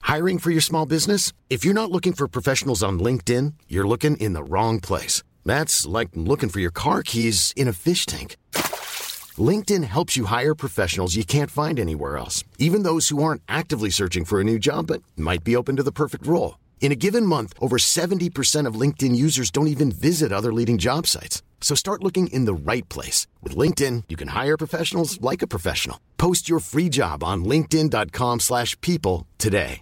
Hiring for your small business? If you're not looking for professionals on LinkedIn, you're looking in the wrong place. That's like looking for your car keys in a fish tank. LinkedIn helps you hire professionals you can't find anywhere else, even those who aren't actively searching for a new job but might be open to the perfect role. In a given month, over 70% of LinkedIn users don't even visit other leading job sites. So start looking in the right place. With LinkedIn, you can hire professionals like a professional. Post your free job on linkedin.com/people today.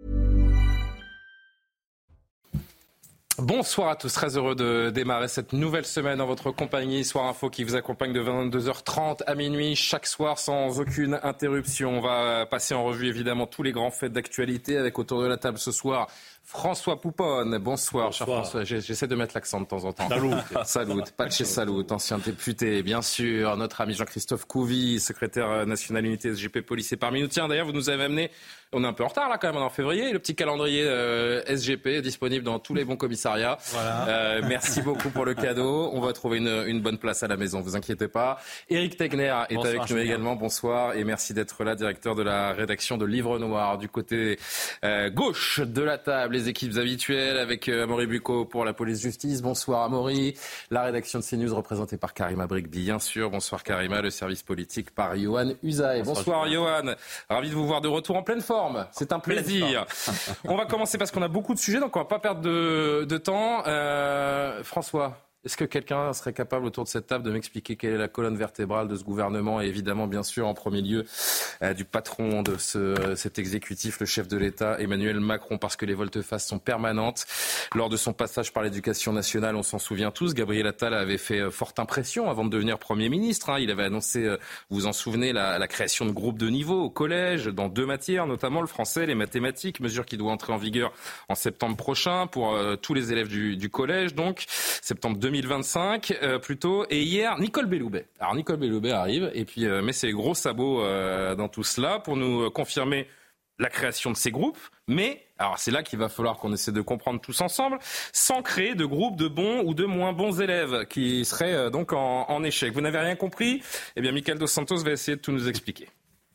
Bonsoir à tous, très heureux de démarrer cette nouvelle semaine en votre compagnie. Soir Info qui vous accompagne de 22h30 à minuit chaque soir sans aucune interruption. On va passer en revue évidemment tous les grands faits d'actualité avec autour de la table ce soir François Pouponne. Bonsoir, cher François. J'essaie de mettre l'accent de temps en temps. Salut, Pache Salut, ancien député, bien sûr. Notre ami Jean-Christophe Couvi, secrétaire national unité SGP Police est parmi nous. Tiens, d'ailleurs, vous nous avez amené, on est un peu en retard là quand même, en février, le petit calendrier SGP disponible dans tous les bons commissariats. Voilà. Merci beaucoup pour le cadeau. On va trouver une bonne place à la maison, vous inquiétez pas. Éric Tegner est avec nous également. Bonsoir et merci d'être là, directeur de la rédaction de Livre Noir. Du côté gauche de la table, les équipes habituelles avec Amaury Bucco pour la police-justice. Bonsoir Amaury. La rédaction de CNews représentée par Karima Brigby, bien sûr. Bonsoir Karima. Le service politique par Yohann Usaï. Bonsoir Yohann. Ravi de vous voir de retour en pleine forme. C'est un plaisir. On va commencer parce qu'on a beaucoup de sujets, donc on ne va pas perdre de temps. François, est-ce que quelqu'un serait capable autour de cette table de m'expliquer quelle est la colonne vertébrale de ce gouvernement et évidemment, bien sûr, en premier lieu, du patron de cet exécutif, le chef de l'État, Emmanuel Macron, parce que les volte-face sont permanentes. Lors de son passage par l'Éducation nationale, on s'en souvient tous, Gabriel Attal avait fait forte impression avant de devenir Premier ministre. Il avait annoncé, vous vous en souvenez, la création de groupes de niveau au collège, dans 2 matières, notamment le français et les mathématiques, mesure qui doit entrer en vigueur en septembre prochain pour tous les élèves du collège, donc septembre 2025 plutôt. Et hier, Nicole Belloubet. Alors Nicole Belloubet arrive et puis met ses gros sabots dans tout cela pour nous confirmer la création de ces groupes. Mais alors c'est là qu'il va falloir qu'on essaie de comprendre tous ensemble, sans créer de groupes de bons ou de moins bons élèves qui seraient donc en échec. Vous n'avez rien compris ? Eh bien, Michael Dos Santos va essayer de tout nous expliquer.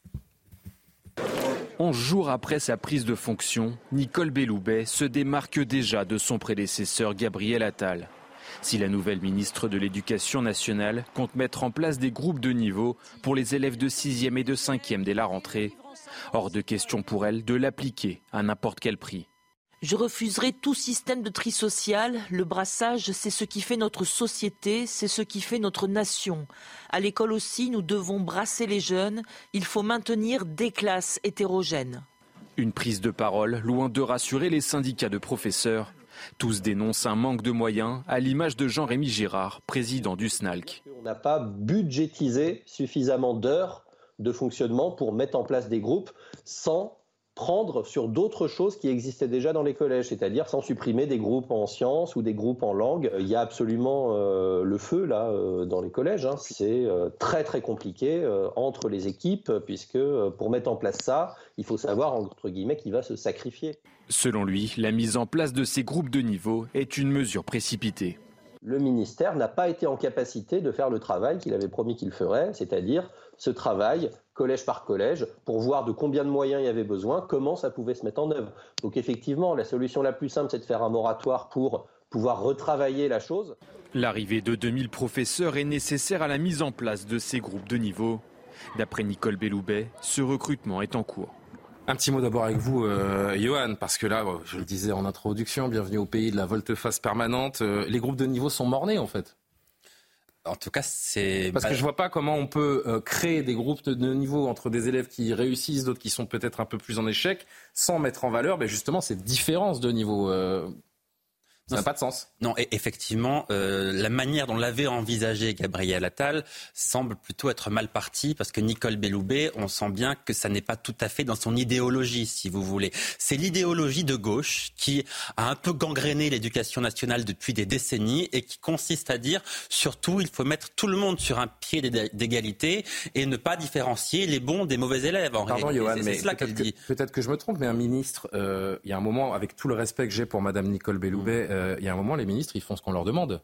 11 jours après sa prise de fonction, Nicole Belloubet se démarque déjà de son prédécesseur Gabriel Attal. Si la nouvelle ministre de l'Éducation nationale compte mettre en place des groupes de niveau pour les élèves de 6e et de 5e dès la rentrée, hors de question pour elle de l'appliquer à n'importe quel prix. Je refuserai tout système de tri social. Le brassage, c'est ce qui fait notre société, c'est ce qui fait notre nation. À l'école aussi, nous devons brasser les jeunes. Il faut maintenir des classes hétérogènes. Une prise de parole loin de rassurer les syndicats de professeurs. Tous dénoncent un manque de moyens, à l'image de Jean-Rémy Girard, président du SNALC. On n'a pas budgétisé suffisamment d'heures de fonctionnement pour mettre en place des groupes sans prendre sur d'autres choses qui existaient déjà dans les collèges, c'est-à-dire sans supprimer des groupes en sciences ou des groupes en langue. Il y a absolument le feu là dans les collèges. C'est très très compliqué entre les équipes puisque pour mettre en place ça, il faut savoir entre guillemets qui va se sacrifier. Selon lui, la mise en place de ces groupes de niveau est une mesure précipitée. Le ministère n'a pas été en capacité de faire le travail qu'il avait promis qu'il ferait, c'est-à-dire ce travail collège par collège pour voir de combien de moyens il y avait besoin, comment ça pouvait se mettre en œuvre. Donc effectivement, la solution la plus simple, c'est de faire un moratoire pour pouvoir retravailler la chose. L'arrivée de 2000 professeurs est nécessaire à la mise en place de ces groupes de niveau. D'après Nicole Belloubet, ce recrutement est en cours. Un petit mot d'abord avec vous, Yohann, parce que là, je le disais en introduction, bienvenue au pays de la volte-face permanente. Les groupes de niveau sont mornés, en fait. En tout cas, c'est... Parce que je vois pas comment on peut créer des groupes de niveau entre des élèves qui réussissent, d'autres qui sont peut-être un peu plus en échec, sans mettre en valeur justement ces différences de niveau. Ça n'a pas de sens. Non, et effectivement, la manière dont l'avait envisagé Gabriel Attal semble plutôt être mal partie parce que Nicole Belloubet, on sent bien que ça n'est pas tout à fait dans son idéologie, si vous voulez. C'est l'idéologie de gauche qui a un peu gangréné l'éducation nationale depuis des décennies et qui consiste à dire, surtout, il faut mettre tout le monde sur un pied d'égalité et ne pas différencier les bons des mauvais élèves. Pardon, Yohann, mais cela qu'elle dit. Peut-être que je me trompe, mais un ministre, il y a un moment, avec tout le respect que j'ai pour Madame Nicole Belloubet, il y a un moment, les ministres, ils font ce qu'on leur demande.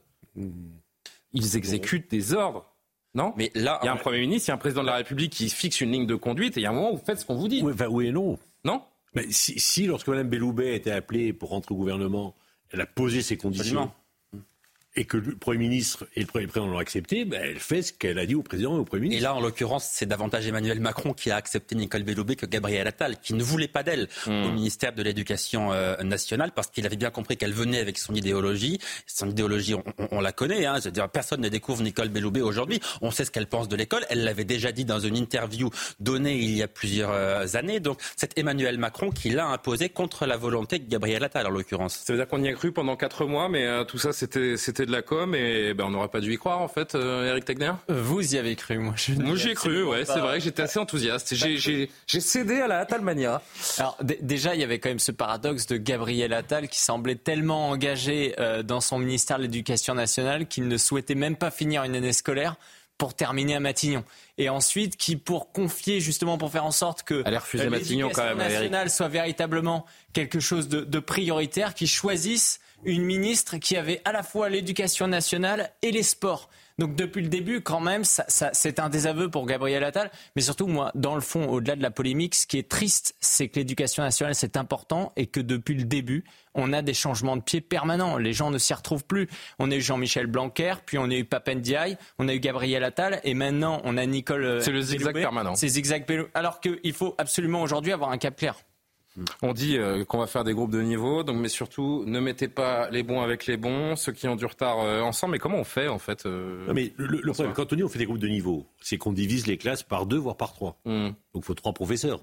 Ils exécutent des ordres. Non ? Mais là, il y a un Premier ministre, il y a un président de la République qui fixe une ligne de conduite et il y a un moment où vous faites ce qu'on vous dit. Oui et non. Non ? Mais si lorsque Mme Belloubet a été appelée pour rentrer au gouvernement, elle a posé ses conditions... Absolument. Et que le Premier ministre et le Président l'ont accepté, elle fait ce qu'elle a dit au Président et au Premier ministre. Et là, en l'occurrence, c'est davantage Emmanuel Macron qui a accepté Nicole Belloubet que Gabriel Attal, qui ne voulait pas d'elle au ministère de l'Éducation nationale, parce qu'il avait bien compris qu'elle venait avec son idéologie. Son idéologie, on la connaît. Hein. C'est-à-dire, personne ne découvre Nicole Belloubet aujourd'hui. On sait ce qu'elle pense de l'école. Elle l'avait déjà dit dans une interview donnée il y a plusieurs années. Donc, c'est Emmanuel Macron qui l'a imposé contre la volonté de Gabriel Attal, en l'occurrence. Ça veut dire qu'on y a cru pendant 4 mois, mais tout ça, c'était de la com et on n'aurait pas dû y croire en fait, Éric Tegner. Vous y avez cru, moi j'y ai cru, ouais, c'est vrai que j'étais assez enthousiaste. J'ai cédé à la Attalmania. Alors déjà, il y avait quand même ce paradoxe de Gabriel Attal qui semblait tellement engagé dans son ministère de l'Éducation nationale qu'il ne souhaitait même pas finir une année scolaire pour terminer à Matignon. Et ensuite, pour confier, justement, pour faire en sorte que l'éducation nationale soit véritablement quelque chose de prioritaire, qui choisisse une ministre qui avait à la fois l'éducation nationale et les sports. Donc depuis le début, quand même, c'est un désaveu pour Gabriel Attal. Mais surtout, moi, dans le fond, au-delà de la polémique, ce qui est triste, c'est que l'éducation nationale, c'est important et que depuis le début, on a des changements de pied permanents. Les gens ne s'y retrouvent plus. On a eu Jean-Michel Blanquer, puis on a eu Pape Ndiaye, on a eu Gabriel Attal et maintenant on a Nicole. C'est le zigzag permanent. C'est zigzag Belloubet. Alors qu'il faut absolument aujourd'hui avoir un cap clair. On dit qu'on va faire des groupes de niveau, donc, mais surtout, ne mettez pas les bons avec les bons, ceux qui ont du retard ensemble. Mais comment on fait, en fait Non, mais le problème, quand on dit on fait des groupes de niveau, c'est qu'on divise les classes par 2, voire par 3. Donc il faut 3 professeurs.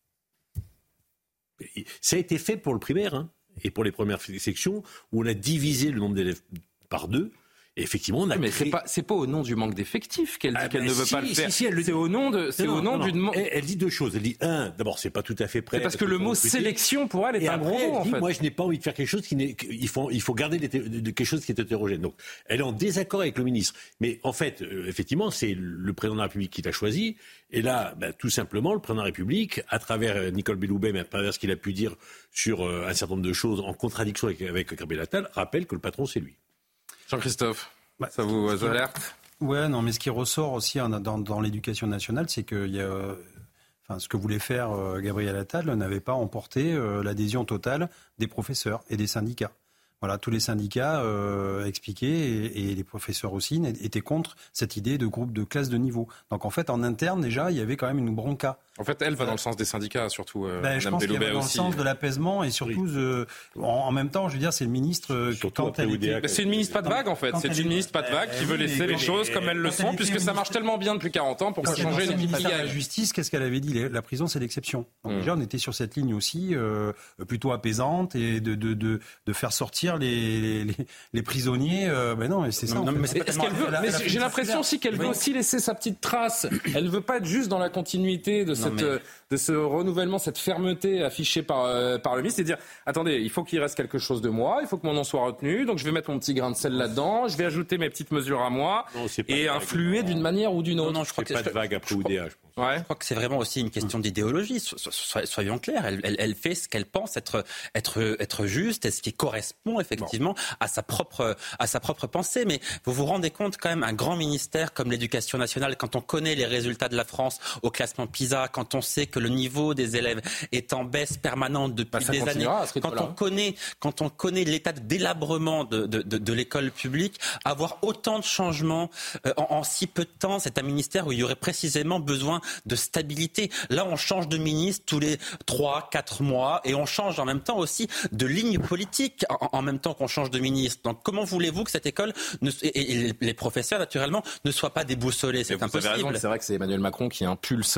Ça a été fait pour le primaire, hein, et pour les premières sections, où on a divisé le nombre d'élèves par 2. Et effectivement, on a mais c'est pas au nom du manque d'effectifs qu'elle dit qu'elle ne veut pas le faire. C'est au nom d'une. Elle dit 2 choses. Elle dit d'abord, c'est pas tout à fait prêt. C'est parce que le mot sélection pour elle est un gros mot. En fait. Moi, je n'ai pas envie de faire quelque chose il faut garder quelque chose qui est hétérogène. Donc, elle est en désaccord avec le ministre. Mais en fait, effectivement, c'est le président de la République qui l'a choisi. Et là, tout simplement, le président de la République, à travers Nicole Belloubet, mais à travers ce qu'il a pu dire sur un certain nombre de choses en contradiction avec Gabriel Attal, rappelle que le patron, c'est lui. Jean-Christophe, ça vous alerte ? Ouais, non, mais ce qui ressort aussi dans l'éducation nationale, c'est que ce que voulait faire Gabriel Attal n'avait pas emporté l'adhésion totale des professeurs et des syndicats. Voilà, tous les syndicats expliquaient et les professeurs aussi étaient contre cette idée de groupe de classe de niveau. Donc en fait, en interne déjà, il y avait quand même une bronca. En fait, elle va dans le sens des syndicats, surtout. Je pense qu'elle va dans le sens de l'apaisement et surtout, en même temps, je veux dire, c'est le ministre quand elle était... C'est une ministre pas de vague, en fait. C'est une ministre pas de vague qui veut laisser les choses comme elles le sont, puisque ça marche tellement bien depuis 40 ans pour pas changer les ministres de la justice. Qu'est-ce qu'elle avait dit ? La prison, c'est l'exception. Donc déjà, on était sur cette ligne aussi plutôt apaisante et de faire sortir les prisonniers. Non, c'est ça. Non, mais est-ce qu'elle veut ? Mais j'ai l'impression aussi qu'elle veut aussi laisser sa petite trace. Elle veut pas être juste dans la continuité de ce renouvellement, cette fermeté affichée par le ministre, c'est dire attendez, il faut qu'il reste quelque chose de moi, il faut que mon nom soit retenu, donc je vais mettre mon petit grain de sel là-dedans, je vais ajouter mes petites mesures à moi et influer d'une manière ou d'une autre. Non, je crois que c'est pas de vague après Oudéa, je pense. Ouais. Je crois que c'est vraiment aussi une question d'idéologie. Soyons clairs, elle fait ce qu'elle pense être juste et ce qui correspond effectivement à sa propre pensée. Mais vous vous rendez compte quand même, un grand ministère comme l'Éducation nationale, quand on connaît les résultats de la France au classement PISA, quand on sait que le niveau des élèves est en baisse permanente depuis des années, quand on connaît l'état de délabrement de l'école publique, avoir autant de changements en si peu de temps, c'est un ministère où il y aurait précisément besoin de stabilité. Là, on change de ministre tous les 3-4 mois et on change en même temps aussi de ligne politique en même temps qu'on change de ministre. Donc, comment voulez-vous que cette école et les professeurs, naturellement, ne soient pas déboussolés ? C'est impossible. Vous avez raison, c'est vrai que c'est Emmanuel Macron qui impulse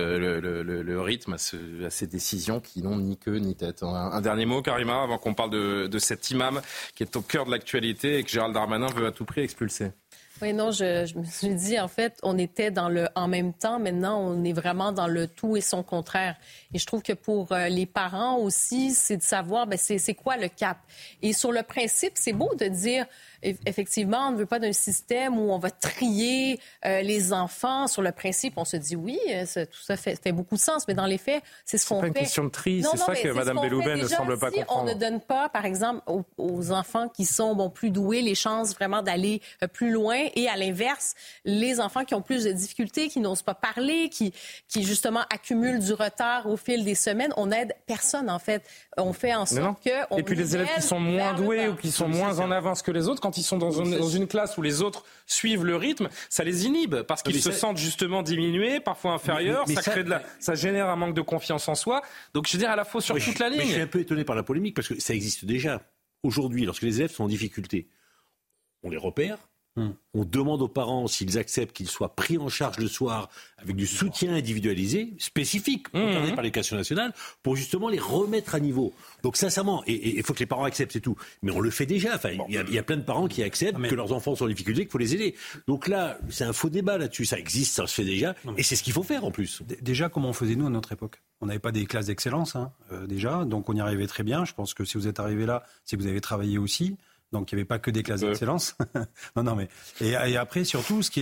le rythme à ces décisions qui n'ont ni queue ni tête. Un dernier mot, Karima, avant qu'on parle de cet imam qui est au cœur de l'actualité et que Gérald Darmanin veut à tout prix expulser. Oui, non, je me suis dit, en fait, on était dans le « en même temps ». Maintenant, on est vraiment dans le tout et son contraire. Et je trouve que pour les parents aussi, c'est de savoir, c'est quoi le cap. Et sur le principe, c'est beau de dire, effectivement, on ne veut pas d'un système où on va trier les enfants. Sur le principe, on se dit, oui, tout ça fait beaucoup de sens. Mais dans les faits, c'est ce qu'on fait. C'est pas une question de tri, c'est ça que Mme Belloubet ne semble pas comprendre. On ne donne pas, par exemple, aux enfants qui sont plus doués les chances vraiment d'aller plus loin et à l'inverse, les enfants qui ont plus de difficultés, qui n'osent pas parler, qui justement accumulent du retard au fil des semaines, on n'aide personne en fait. On fait en sorte que... Et puis les élèves qui sont moins doués ou qui sont moins en avance que les autres, quand ils sont dans une classe où les autres suivent le rythme, ça les inhibe parce qu'ils se sentent justement diminués, parfois inférieurs, ça génère un manque de confiance en soi. Donc je veux dire à la fois sur toute la ligne. Mais je suis un peu étonné par la polémique parce que ça existe déjà. Aujourd'hui, lorsque les élèves sont en difficulté, on les repère. On demande aux parents s'ils acceptent qu'ils soient pris en charge le soir avec du soutien individualisé, spécifique, encadré par l'éducation nationale, pour justement les remettre à niveau. Donc sincèrement, et il faut que les parents acceptent, c'est tout. Mais on le fait déjà. Enfin, il y a plein de parents qui acceptent que leurs enfants sont en difficulté, qu'il faut les aider. Donc là, c'est un faux débat là-dessus. Ça existe, ça se fait déjà. Et c'est ce qu'il faut faire en plus. Déjà, comment on faisait nous à notre époque ? On n'avait pas des classes d'excellence, déjà. Donc on y arrivait très bien. Je pense que si vous êtes arrivé là, c'est que vous avez travaillé aussi. Donc il n'y avait pas que des classes d'excellence. non, mais et après surtout, ce qui est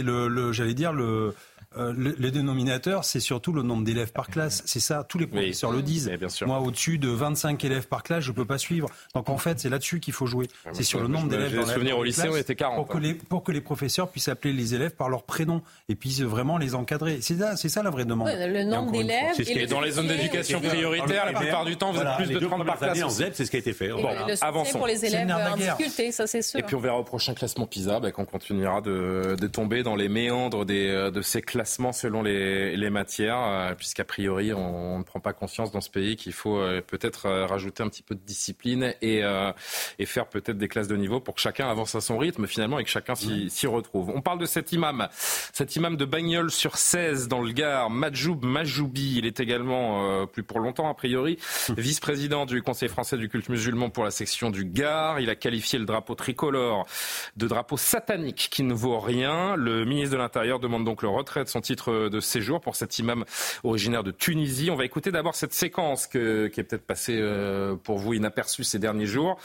le dénominateur, c'est surtout le nombre d'élèves par classe. C'est ça, tous les professeurs le disent. Moi, au-dessus de 25 élèves par classe, je ne peux pas suivre. Donc en fait, c'est là-dessus qu'il faut jouer. C'est sur le nombre d'élèves. J'ai des souvenirs au lycée, on était 40. Pour que les professeurs puissent appeler les élèves par leur prénom et puissent vraiment les encadrer. C'est ça la vraie demande. Le nombre d'élèves. Et dans les zones d'éducation prioritaire, la plupart du temps, vous êtes plus de 30 par classe. C'est ce qui a été fait. Avançons. Pour les élèves en difficulté, ça c'est sûr. Et puis on verra au prochain classement PISA qu'on continuera de tomber dans les méandres de ces classements selon les matières, puisqu'a priori on ne prend pas conscience dans ce pays qu'il faut peut-être rajouter un petit peu de discipline et faire peut-être des classes de niveau pour que chacun avance à son rythme finalement et que chacun s'y retrouve. On parle de cet imam de Bagnols-sur-Cèze dans le Gard, Madjoub Majoubi. Il est également, plus pour longtemps a priori, vice-président du Conseil français du culte musulman pour la section du Gard. Il a qualifié le drapeau tricolore de drapeau satanique qui ne vaut rien. Le ministre de l'Intérieur demande donc le retrait de son titre de séjour pour cet imam originaire de Tunisie. On va écouter d'abord cette séquence qui est peut-être passée pour vous inaperçue ces derniers jours,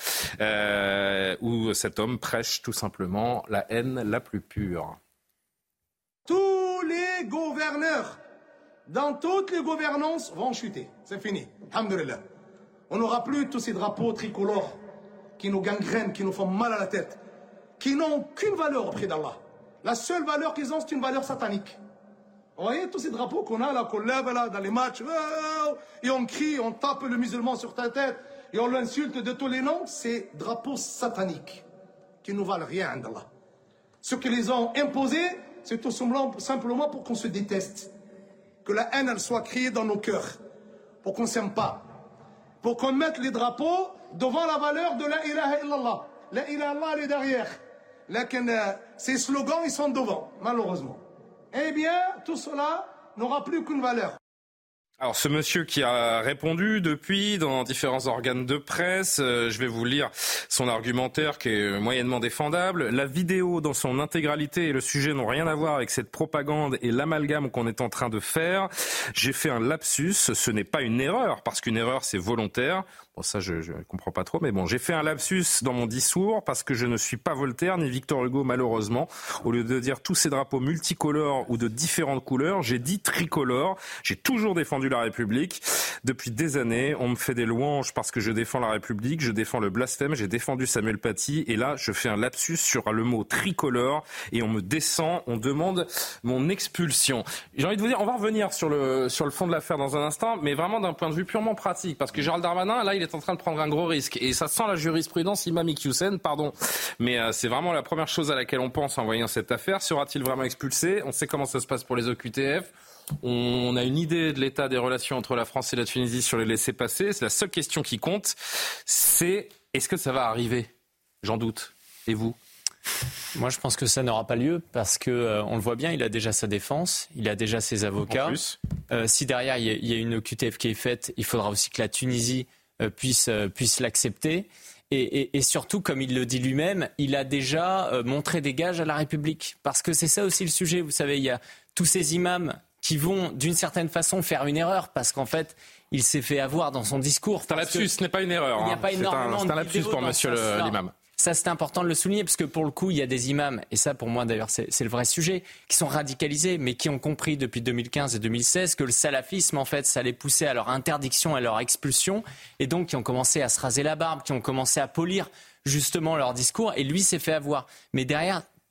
où cet homme prêche tout simplement la haine la plus pure. Tous les gouverneurs, dans toutes les gouvernances, vont chuter. C'est fini. Alhamdulillah. On n'aura plus tous ces drapeaux tricolores qui nous gangrènent, qui nous font mal à la tête, qui n'ont aucune valeur auprès d'Allah. La seule valeur qu'ils ont, c'est une valeur satanique. Vous voyez tous ces drapeaux qu'on a là, qu'on lève là dans les matchs, et on crie, on tape le musulman sur ta tête, et on l'insulte de tous les noms, c'est drapeaux sataniques qui ne valent rien d'Allah. Ce qu'ils les ont imposés, c'est tout simplement pour qu'on se déteste. Que la haine, elle soit créée dans nos cœurs. Pour qu'on ne s'aime pas. Pour qu'on mette les drapeaux devant la valeur de la ilaha illallah. La ilaha illallah, elle est derrière. Ces slogans, ils sont devant, malheureusement. Eh bien, tout cela n'aura plus qu'une valeur. Alors ce monsieur qui a répondu depuis dans différents organes de presse, je vais vous lire son argumentaire qui est moyennement défendable. La vidéo dans son intégralité et le sujet n'ont rien à voir avec cette propagande et l'amalgame qu'on est en train de faire. J'ai fait un lapsus, ce n'est pas une erreur, parce qu'une erreur c'est volontaire. Bon, ça, je comprends pas trop, mais bon, j'ai fait un lapsus dans mon discours parce que je ne suis pas Voltaire ni Victor Hugo, malheureusement. Au lieu de dire tous ces drapeaux multicolores ou de différentes couleurs, j'ai dit tricolore. J'ai toujours défendu la République. Depuis des années, on me fait des louanges parce que je défends la République, je défends le blasphème, j'ai défendu Samuel Paty, et là, je fais un lapsus sur le mot tricolore et on me descend, on demande mon expulsion. J'ai envie de vous dire, on va revenir sur le fond de l'affaire dans un instant, mais vraiment d'un point de vue purement pratique, parce que Gérald Darmanin, là, il est en train de prendre un gros risque. Et ça sent la jurisprudence Imam Iqiyoussen, pardon. Mais c'est vraiment la première chose à laquelle on pense en voyant cette affaire. Sera-t-il vraiment expulsé ? On sait comment ça se passe pour les OQTF. On a une idée de l'état des relations entre la France et la Tunisie sur les laissez-passer. C'est la seule question qui compte. C'est est-ce que ça va arriver ? J'en doute. Et vous ? Moi, je pense que ça n'aura pas lieu parce que on le voit bien, il a déjà sa défense, il a déjà ses avocats. Si derrière il y a une OQTF qui est faite, il faudra aussi que la Tunisie puisse l'accepter. Et surtout, comme il le dit lui-même, il a déjà montré des gages à la République. Parce que c'est ça aussi le sujet. Vous savez, il y a tous ces imams qui vont, d'une certaine façon, faire une erreur. Parce qu'en fait, il s'est fait avoir dans son discours. C'est un lapsus, ce n'est pas une erreur. Il n'y a pas énormément c'est un lapsus pour monsieur l'imam. Ça, c'est important de le souligner, parce que pour le coup, il y a des imams, et ça, pour moi, d'ailleurs, c'est le vrai sujet, qui sont radicalisés, mais qui ont compris depuis 2015 et 2016 que le salafisme, en fait, ça les poussait à leur interdiction, à leur expulsion, et donc qui ont commencé à se raser la barbe, qui ont commencé à polir, justement, leur discours, et lui s'est fait avoir. Mais derrière,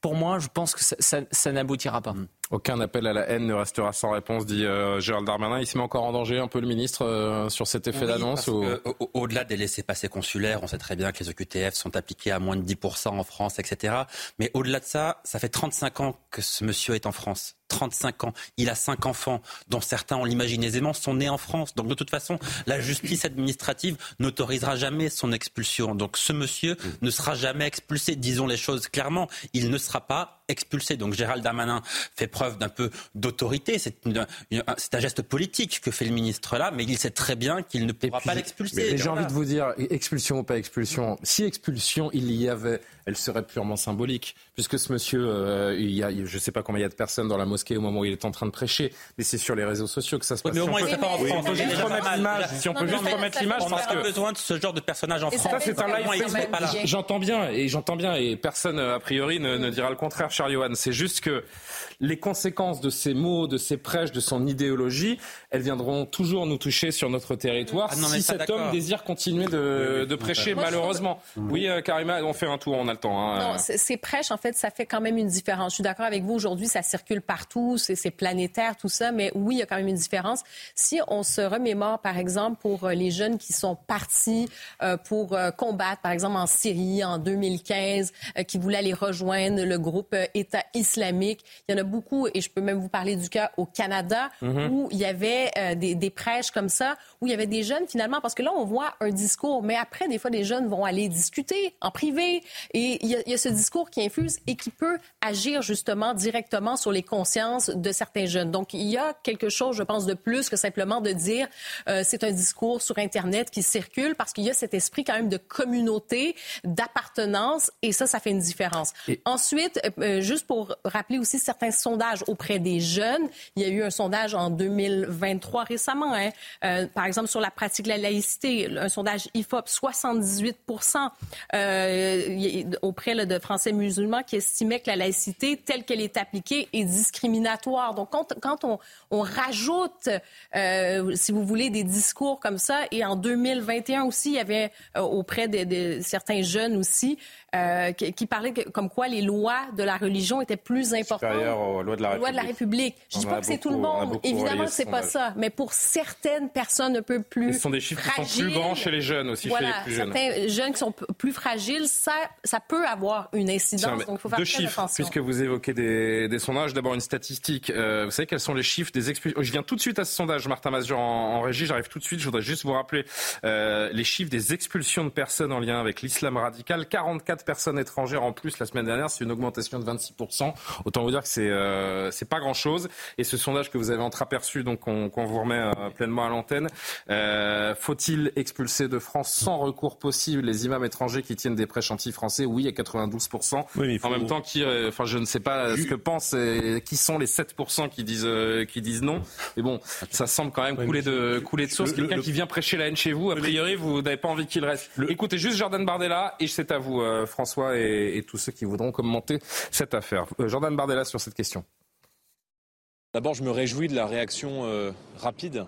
pour moi, je pense que ça n'aboutira pas. Aucun appel à la haine ne restera sans réponse, dit Gérald Darmanin. Il se met encore en danger un peu le ministre sur cet effet d'annonce au-delà des laissez-passer consulaires, on sait très bien que les OQTF sont appliqués à moins de 10% en France, etc. Mais au-delà de ça, ça fait 35 ans que ce monsieur est en France. 35 ans. Il a 5 enfants, dont certains, on l'imagine aisément, sont nés en France. Donc de toute façon, la justice administrative n'autorisera jamais son expulsion. Donc ce monsieur ne sera jamais expulsé. Disons les choses clairement. Il ne sera pas expulsé. Donc Gérald Darmanin fait preuve d'un peu d'autorité. C'est un geste politique que fait le ministre là, mais il sait très bien qu'il ne pourra pas l'expulser. Mais j'ai envie de vous dire, expulsion ou pas expulsion, si expulsion il y avait, elle serait purement symbolique. Puisque ce monsieur, je ne sais pas combien il y a de personnes dans la mosquée au moment où il est en train de prêcher, mais c'est sur les réseaux sociaux que ça se passe. Mais au moins, il ne pas en France. On peut juste remettre l'image. Si on peut juste remettre l'image, parce que on a besoin de ce genre de personnage en France. Ça, c'est un live Facebook. J'entends bien, et personne a priori ne dira le contraire, cher Johan. C'est juste que les conséquences de ces mots, de ces prêches, de son idéologie, elles viendront toujours nous toucher sur notre territoire si cet homme désire continuer de prêcher, malheureusement. Oui, Karima, on fait un tour, on a le temps. Non, ces prêches, en fait, ça fait quand même une différence. Je suis d'accord avec vous, aujourd'hui, ça circule partout, c'est planétaire, tout ça, mais oui, il y a quand même une différence. Si on se remémore, par exemple, pour les jeunes qui sont partis pour combattre, par exemple, en Syrie, en 2015, qui voulaient aller rejoindre le groupe État islamique, il y en a beaucoup, et je peux même vous parler du cas au Canada, où il y avait des prêches comme ça, où il y avait des jeunes, finalement, parce que là, on voit un discours, mais après, des fois, des jeunes vont aller discuter en privé, et il y a ce discours qui infuse et qui peut agir, justement, directement sur les consciences de certains jeunes. Donc, il y a quelque chose, je pense, de plus que simplement de dire c'est un discours sur Internet qui circule, parce qu'il y a cet esprit quand même de communauté, d'appartenance, et ça fait une différence. Ensuite, juste pour rappeler aussi certains sondages auprès des jeunes, il y a eu un sondage en 2023 récemment, par exemple sur la pratique de la laïcité, un sondage IFOP, 78% auprès de Français musulmans qui estimaient que la laïcité telle qu'elle est appliquée est discriminatoire. Donc, quand on rajoute, si vous voulez, des discours comme ça, et en 2021 aussi, il y avait auprès de certains jeunes aussi qui parlaient comme quoi les lois de la religion étaient plus importantes aux lois de la République. Je ne dis pas que c'est tout le monde. Évidemment que c'est pas ça. Mais pour certaines personnes un peu plus fragiles... Ce sont des chiffres qui sont plus grands chez les jeunes aussi, chez les plus jeunes. Certains jeunes qui sont plus fragiles, ça peut avoir une incidence. Donc, il faut faire très attention. Puisque vous évoquez des sondages, d'abord une statistique. Vous savez quels sont les chiffres des expulsions? Je viens tout de suite à ce sondage, Martin Mazur en régie, j'arrive tout de suite. Je voudrais juste vous rappeler les chiffres des expulsions de personnes en lien avec l'islam radical. 44 personnes étrangères en plus la semaine dernière, c'est une augmentation de 26%. Autant vous dire que c'est pas grand-chose. Et ce sondage que vous avez entreaperçu, donc qu'on vous remet pleinement à l'antenne, faut-il expulser de France sans recours possible les imams étrangers qui tiennent des prêches anti-français? Oui, à 92%. Oui, en même temps, je ne sais pas ce que pensent et qui sont les 7% qui disent non. Mais bon, ça semble quand même couler de source. Quelqu'un qui vient prêcher la haine chez vous, a priori, vous n'avez pas envie qu'il reste. Écoutez juste Jordan Bardella, et c'est à vous, François, et tous ceux qui voudront commenter cette affaire. Jordan Bardella sur cette question. D'abord, je me réjouis de la réaction rapide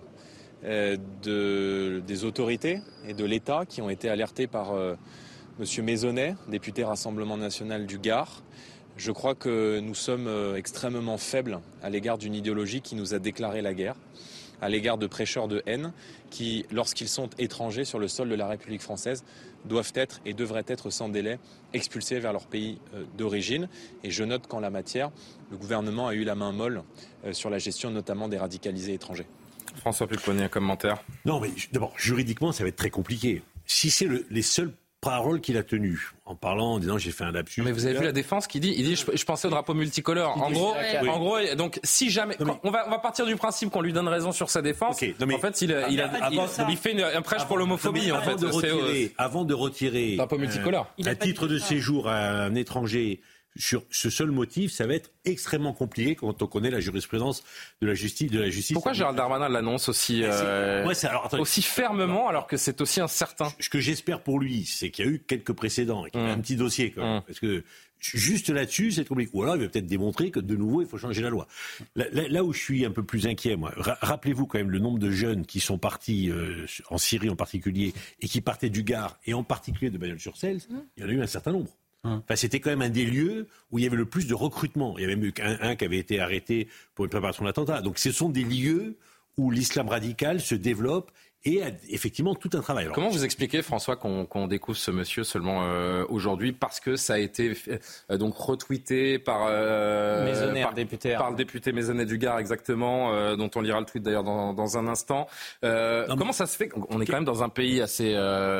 des autorités et de l'État qui ont été alertés par M. Maisonnet, député Rassemblement National du Gard. Je crois que nous sommes extrêmement faibles à l'égard d'une idéologie qui nous a déclaré la guerre, à l'égard de prêcheurs de haine qui, lorsqu'ils sont étrangers sur le sol de la République française, doivent être et devraient être sans délai expulsés vers leur pays d'origine. Et je note qu'en la matière, le gouvernement a eu la main molle sur la gestion notamment des radicalisés étrangers. François Pupponi, un commentaire? Non, mais d'abord, juridiquement, ça va être très compliqué. Si c'est les seuls paroles qu'il a tenues, en parlant, en disant j'ai fait un lapsus. Mais vous avez vu la défense qui dit je pensais au drapeau multicolore. En gros, donc si jamais, on va partir du principe qu'on lui donne raison sur sa défense. En fait, il fait un prêche pour l'homophobie. Avant de retirer drapeau multicolore, un titre de séjour à un étranger sur ce seul motif, ça va être extrêmement compliqué quand on connaît la jurisprudence de la justice. Pourquoi Gérald Darmanin l'annonce aussi fermement alors que c'est aussi incertain? Ce que j'espère pour lui, c'est qu'il y a eu quelques précédents, qu'il y a un petit dossier quand même, parce que juste là-dessus, c'est compliqué. Ou alors il va peut-être démontrer que de nouveau, il faut changer la loi. Là où je suis un peu plus inquiet, moi, rappelez-vous quand même le nombre de jeunes qui sont partis en Syrie en particulier et qui partaient du Gard et en particulier de Bagnols-sur-Cèze, il y en a eu un certain nombre. Enfin, c'était quand même un des lieux où il y avait le plus de recrutement. Il y avait même eu un qui avait été arrêté pour une préparation d'attentat. Donc ce sont des lieux où l'islam radical se développe et a effectivement tout un travail. Alors, comment vous expliquez, François, qu'on découvre ce monsieur seulement aujourd'hui parce que ça a été donc retweeté par Maisonnet, par le député Maisonnet du Gard, exactement, dont on lira le tweet d'ailleurs dans un instant. Comment ça se fait qu'on est quand même dans un pays assez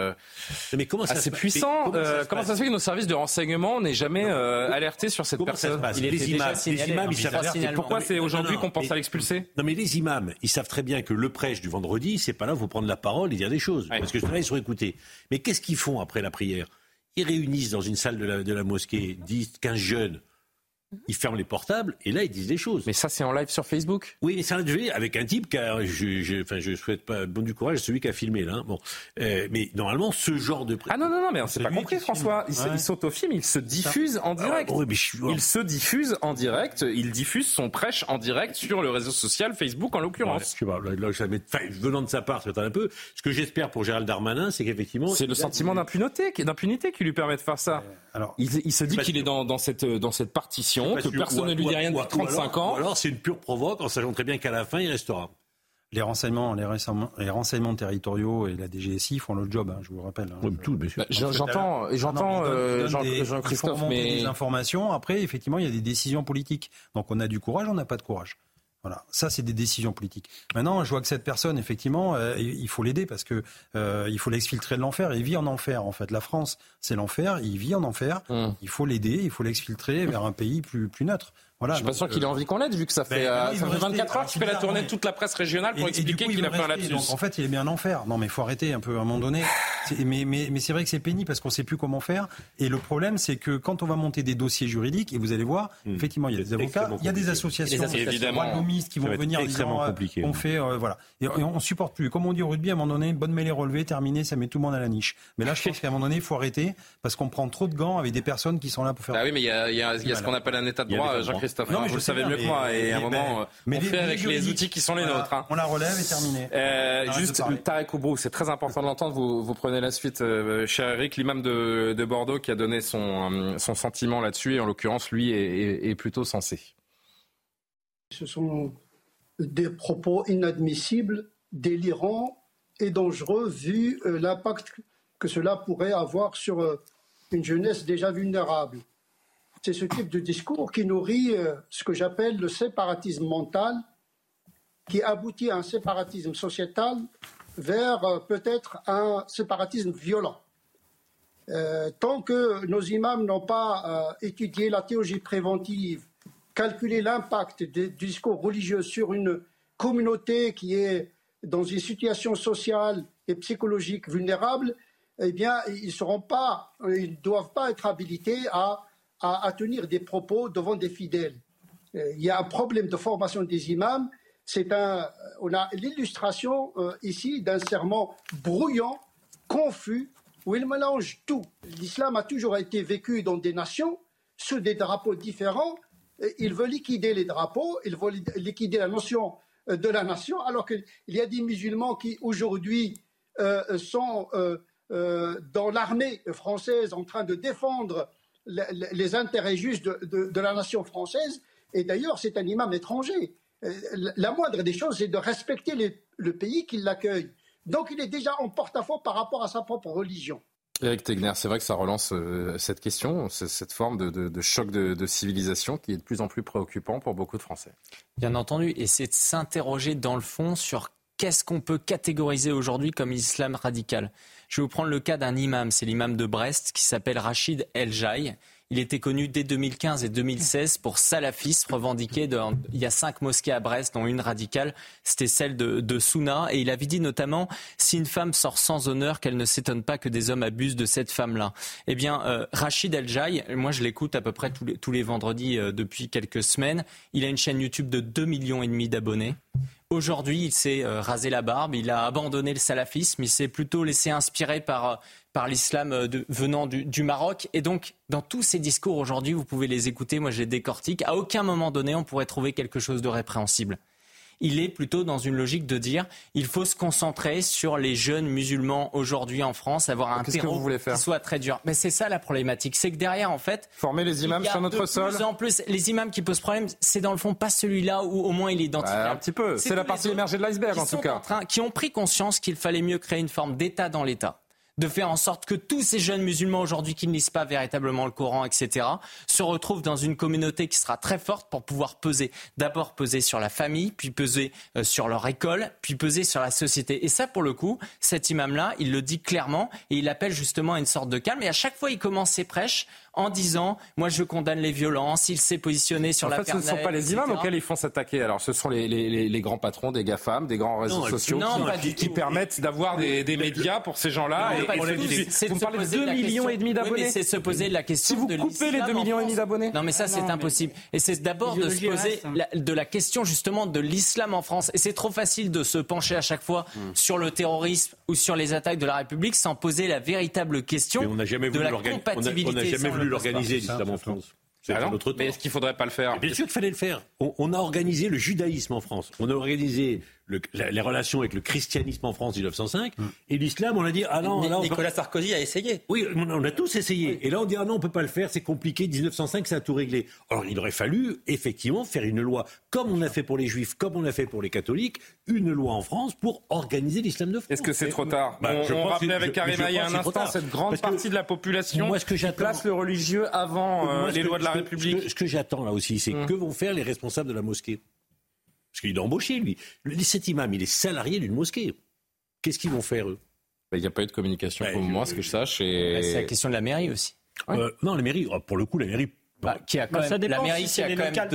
assez puissant. Comment ça se fait que nos services de renseignement n'aient jamais alerté sur cette personne? Les imams, ils savent. Pourquoi c'est aujourd'hui qu'on pense à l'expulser? Non, mais les imams, ils savent très bien que le prêche du vendredi, c'est pas là où faut prendre la parole et dire des choses. Parce que ceux-là, ils sont écoutés. Mais qu'est-ce qu'ils font après la prière? Ils réunissent dans une salle de la mosquée 10, 15 jeunes. Ils ferment les portables et là, ils disent des choses. Mais ça, c'est en live sur Facebook? Oui, c'est en live avec un type qui a... je souhaite pas bon du courage à celui qui a filmé, là. Bon. Mais normalement, ce genre de... Ah non, mais on s'est pas compris, François. Il s'autofilme, il se diffuse en direct. Il se diffuse en direct, il diffuse son prêche en direct sur le réseau social Facebook, en l'occurrence. Venant de sa part, c'est un peu... Ce que j'espère pour Gérald Darmanin, c'est qu'effectivement... C'est le sentiment d'impunité qui lui permet de faire ça. Alors, il se dit qu'il est dans cette partition, que personne ne lui dit rien depuis 35 ans. Ou alors c'est une pure provoque, en sachant très bien qu'à la fin, il restera. Les renseignements territoriaux et la DGSI font le job, je vous le rappelle. Oui, tout, bien sûr. J'entends Jean-Christophe, mais... des informations. Après, effectivement, il y a des décisions politiques. Donc on a du courage, on n'a pas de courage. Voilà, ça c'est des décisions politiques. Maintenant, je vois que cette personne, effectivement, il faut l'aider parce que il faut l'exfiltrer de l'enfer. Il vit en enfer, en fait. La France, c'est l'enfer. Il vit en enfer. Il faut l'aider. Il faut l'exfiltrer vers un pays plus neutre. Voilà, je suis pas sûr qu'il ait envie qu'on l'aide, vu que ça fait 24 heures qu'il fait la tournée de toute la presse régionale pour expliquer qu'il a fait un lapsus. Donc, en fait, il est bien en enfer. Non, mais il faut arrêter un peu à un moment donné. Mais c'est vrai que c'est pénible parce qu'on ne sait plus comment faire. Et le problème, c'est que quand on va monter des dossiers juridiques, et vous allez voir, effectivement, il y a des avocats, il y a des associations droit-gaumistes qui vont venir extrêmement compliqué. On fait, voilà. Et on supporte plus. Comme on dit au rugby, à un moment donné, bonne mêlée relevée, terminée, ça met tout le monde à la niche. Mais là, je pense qu'à un moment donné, il faut arrêter parce qu'on prend trop de gants avec des personnes qui sont là pour faire. Ah oui, mais il y a ce qu'on appelle un état de droit, Jean-Christophe. Non, vous le savez mieux que moi. Et à un moment, on fait avec les outils qui sont les nôtres. On la relève et terminé. Juste, Tarek Oubrou, c'est très important de l'entendre. Vous prenez la suite, cher Eric, l'imam de Bordeaux qui a donné son sentiment là-dessus. Et en l'occurrence, lui est plutôt sensé. Ce sont des propos inadmissibles, délirants et dangereux vu l'impact que cela pourrait avoir sur une jeunesse déjà vulnérable. C'est ce type de discours qui nourrit ce que j'appelle le séparatisme mental, qui aboutit à un séparatisme sociétal vers peut-être un séparatisme violent. Tant que nos imams n'ont pas étudié la théologie préventive, calculé l'impact du discours religieux sur une communauté qui est dans une situation sociale et psychologique vulnérable, eh bien, ils ne doivent pas être habilités à tenir des propos devant des fidèles. Il y a un problème de formation des imams. On a l'illustration ici d'un sermon brouillant, confus, où il mélange tout. L'islam a toujours été vécu dans des nations, sous des drapeaux différents. Il veut liquider les drapeaux, il veut liquider la notion de la nation, alors qu'il y a des musulmans qui aujourd'hui sont dans l'armée française en train de défendre les intérêts justes de la nation française, et d'ailleurs c'est un imam étranger. La moindre des choses, c'est de respecter le pays qui l'accueille. Donc il est déjà en porte-à-faux par rapport à sa propre religion. Éric Tegner, c'est vrai que ça relance cette question, cette forme de choc de civilisation qui est de plus en plus préoccupant pour beaucoup de Français. Bien entendu, et c'est de s'interroger dans le fond sur qu'est-ce qu'on peut catégoriser aujourd'hui comme islam radical. Je vais vous prendre le cas d'un imam, c'est l'imam de Brest qui s'appelle Rachid El Jaï. Il était connu dès 2015 et 2016 pour salafisme, revendiqué il y a 5 mosquées à Brest, dont une radicale, c'était celle de Souna. Et il avait dit notamment, si une femme sort sans honneur, qu'elle ne s'étonne pas que des hommes abusent de cette femme-là. Eh bien, Rachid El Jaï, moi je l'écoute à peu près tous les vendredis depuis quelques semaines. Il a une chaîne YouTube de 2,5 millions d'abonnés. Aujourd'hui, il s'est rasé la barbe, il a abandonné le salafisme, il s'est plutôt laissé inspirer par l'islam venant du Maroc. Et donc, dans tous ces discours aujourd'hui, vous pouvez les écouter, moi je les décortique. À aucun moment donné, on pourrait trouver quelque chose de répréhensible. Il est plutôt dans une logique de dire il faut se concentrer sur les jeunes musulmans aujourd'hui en France, avoir un terreau qui soit très dur. Mais c'est ça la problématique, c'est que derrière, en fait... Former les imams sur notre sol. De plus en plus, les imams qui posent problème, c'est dans le fond pas celui-là où au moins il est identifiable. Un petit peu, c'est la partie émergée de l'iceberg en tout cas. Qui ont pris conscience qu'il fallait mieux créer une forme d'État dans l'État. De faire en sorte que tous ces jeunes musulmans aujourd'hui qui ne lisent pas véritablement le Coran, etc., se retrouvent dans une communauté qui sera très forte pour pouvoir peser. D'abord peser sur la famille, puis peser sur leur école, puis peser sur la société. Et ça, pour le coup, cet imam-là, il le dit clairement et il appelle justement à une sorte de calme. Et à chaque fois, il commence ses prêches en disant « Moi, je condamne les violences », il s'est positionné sur la ce ne sont pas les imams auxquels ils font s'attaquer. Alors, ce sont les grands patrons des GAFAM, des grands réseaux sociaux qui permettent d'avoir des médias pour ces gens-là. Vous me parlez de 2,5 millions d'abonnés. Oui, mais c'est se poser la question de l'islam. Si vous coupez les 2,5 millions d'abonnés. Non, mais ça, c'est impossible. Et c'est d'abord de se poser de la question justement de l'islam en France. Et c'est trop facile de se pencher à chaque fois sur le terrorisme ou sur les attaques de la République sans poser la véritable question de la compatibilité. On n'a jamais voulu l'organiser, l'islam en France. Mais est-ce qu'il ne faudrait pas le faire ? Bien sûr qu'il fallait le faire. On a organisé le judaïsme en France. On a organisé les relations avec le christianisme en France 1905. Et l'islam, on a dit, ah non... Nicolas Sarkozy a essayé. Oui, on a tous essayé. Et là, on dit, ah non, on ne peut pas le faire, c'est compliqué. 1905, ça a tout réglé. Alors, il aurait fallu, effectivement, faire une loi, comme on a fait pour les juifs, comme on a fait pour les catholiques, une loi en France pour organiser l'islam de France. Est-ce que c'est trop tard ? On rappelait avec Karima il y a un instant cette grande partie de la population qui place le religieux avant les lois de la République. Ce que j'attends là aussi, c'est que vont faire les responsables de la mosquée ? Parce qu'il est embauché, lui. Cet imam, il est salarié d'une mosquée. Qu'est-ce qu'ils vont faire, eux ? Il n'y a pas eu de communication pour le moment, ce que je sache. C'est la question de la mairie aussi. Non, la mairie, pour le coup, la mairie... qui a quand même, la mairie qui a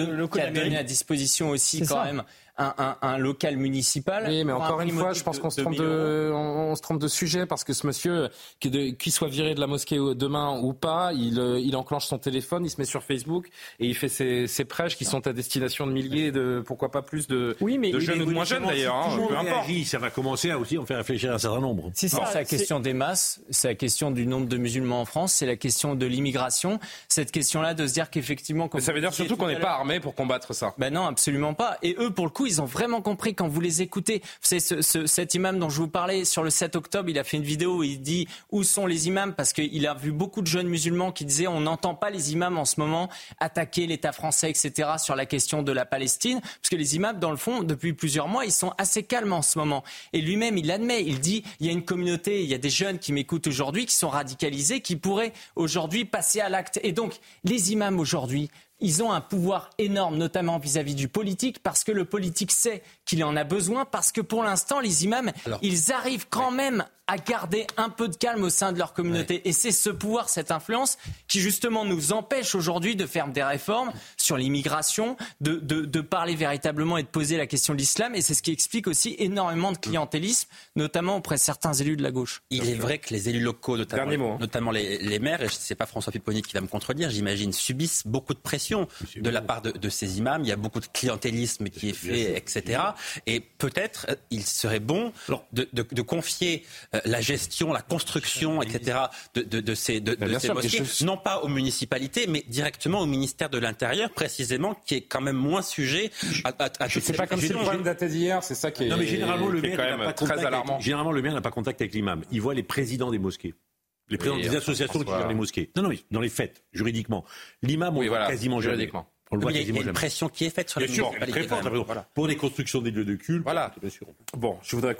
donné à disposition aussi quand même un local municipal. Oui, mais encore une fois, je pense qu'on se trompe de sujet parce que ce monsieur, qu'il soit viré de la mosquée demain ou pas, il enclenche son téléphone, il se met sur Facebook et il fait ses prêches qui sont à destination de milliers, pourquoi pas plus de jeunes ou de moins jeunes d'ailleurs. Peu importe. Ça va commencer à aussi en faire réfléchir un certain nombre. C'est la question des masses, c'est la question du nombre de musulmans en France, c'est la question de l'immigration, cette question-là de se dire qu'effectivement... Mais ça veut dire surtout qu'on n'est pas armé pour combattre ça. Ben non, absolument pas. Et eux, pour le coup, ils ont vraiment compris quand vous les écoutez. C'est cet imam dont je vous parlais sur le 7 octobre, il a fait une vidéo où il dit où sont les imams parce qu'il a vu beaucoup de jeunes musulmans qui disaient on n'entend pas les imams en ce moment attaquer l'État français, etc. sur la question de la Palestine, parce que les imams, dans le fond, depuis plusieurs mois, ils sont assez calmes en ce moment. Et lui-même, il l'admet, il dit il y a une communauté, il y a des jeunes qui m'écoutent aujourd'hui, qui sont radicalisés, qui pourraient aujourd'hui passer à l'acte. Et donc, les imams aujourd'hui, ils ont un pouvoir énorme, notamment vis-à-vis du politique, parce que le politique sait qu'il en a besoin, parce que pour l'instant, les imams, ils arrivent quand même à garder un peu de calme au sein de leur communauté. Ouais. Et c'est ce pouvoir, cette influence, qui justement nous empêche aujourd'hui de faire des réformes sur l'immigration, de parler véritablement et de poser la question de l'islam. Et c'est ce qui explique aussi énormément de clientélisme, notamment auprès de certains élus de la gauche. Il est vrai que les élus locaux, notamment les maires, et c'est pas François Pupponi qui va me contredire, j'imagine, subissent beaucoup de pression de la part de ces imams. Il y a beaucoup de clientélisme qui est fait, etc. Et peut-être il serait bon de confier la gestion, la construction, etc. de ces mosquées, non pas aux municipalités, mais directement au ministère de l'Intérieur, précisément, qui est quand même moins sujet à c'est pas comme si le problème datait d'hier, c'est ça qui est, généralement, le maire quand même très alarmant. Généralement, le maire n'a pas contact avec l'imam. Il voit les présidents des mosquées. Les présidents des associations qui gèrent les mosquées. Non, mais dans les faits, juridiquement. L'imam, on voit quasiment jamais. Il y a une pression qui est faite sur les municipalités. Pour les constructions des lieux de culte. Voilà. Bien sûr. Bon, je voudrais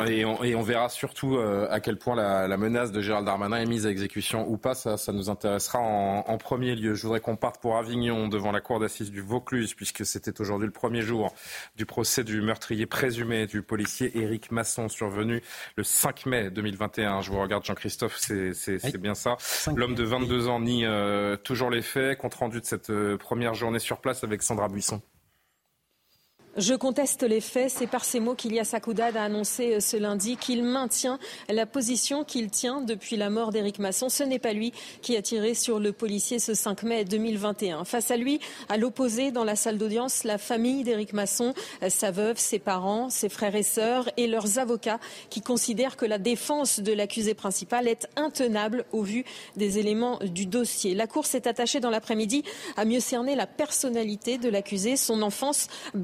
on verra surtout à quel point la menace de Gérald Darmanin est mise à exécution ou pas. Ça nous intéressera en premier lieu. Je voudrais qu'on parte pour Avignon devant la cour d'assises du Vaucluse, puisque c'était aujourd'hui le premier jour du procès du meurtrier présumé du policier Éric Masson, survenu le 5 mai 2021. Je vous regarde, Jean-Christophe, c'est bien ça. L'homme de 22 ans nie toujours les faits. Compte rendu de cette première journée sur place avec Sandra Buisson. Je conteste les faits. C'est par ces mots qu'Ilias Akoudad a annoncé ce lundi qu'il maintient la position qu'il tient depuis la mort d'Éric Masson. Ce n'est pas lui qui a tiré sur le policier ce 5 mai 2021. Face à lui, à l'opposé, dans la salle d'audience, la famille d'Éric Masson, sa veuve, ses parents, ses frères et sœurs et leurs avocats qui considèrent que la défense de l'accusé principal est intenable au vu des éléments du dossier. La Cour s'est attachée dans l'après-midi à mieux cerner la personnalité de l'accusé, son enfance ballottée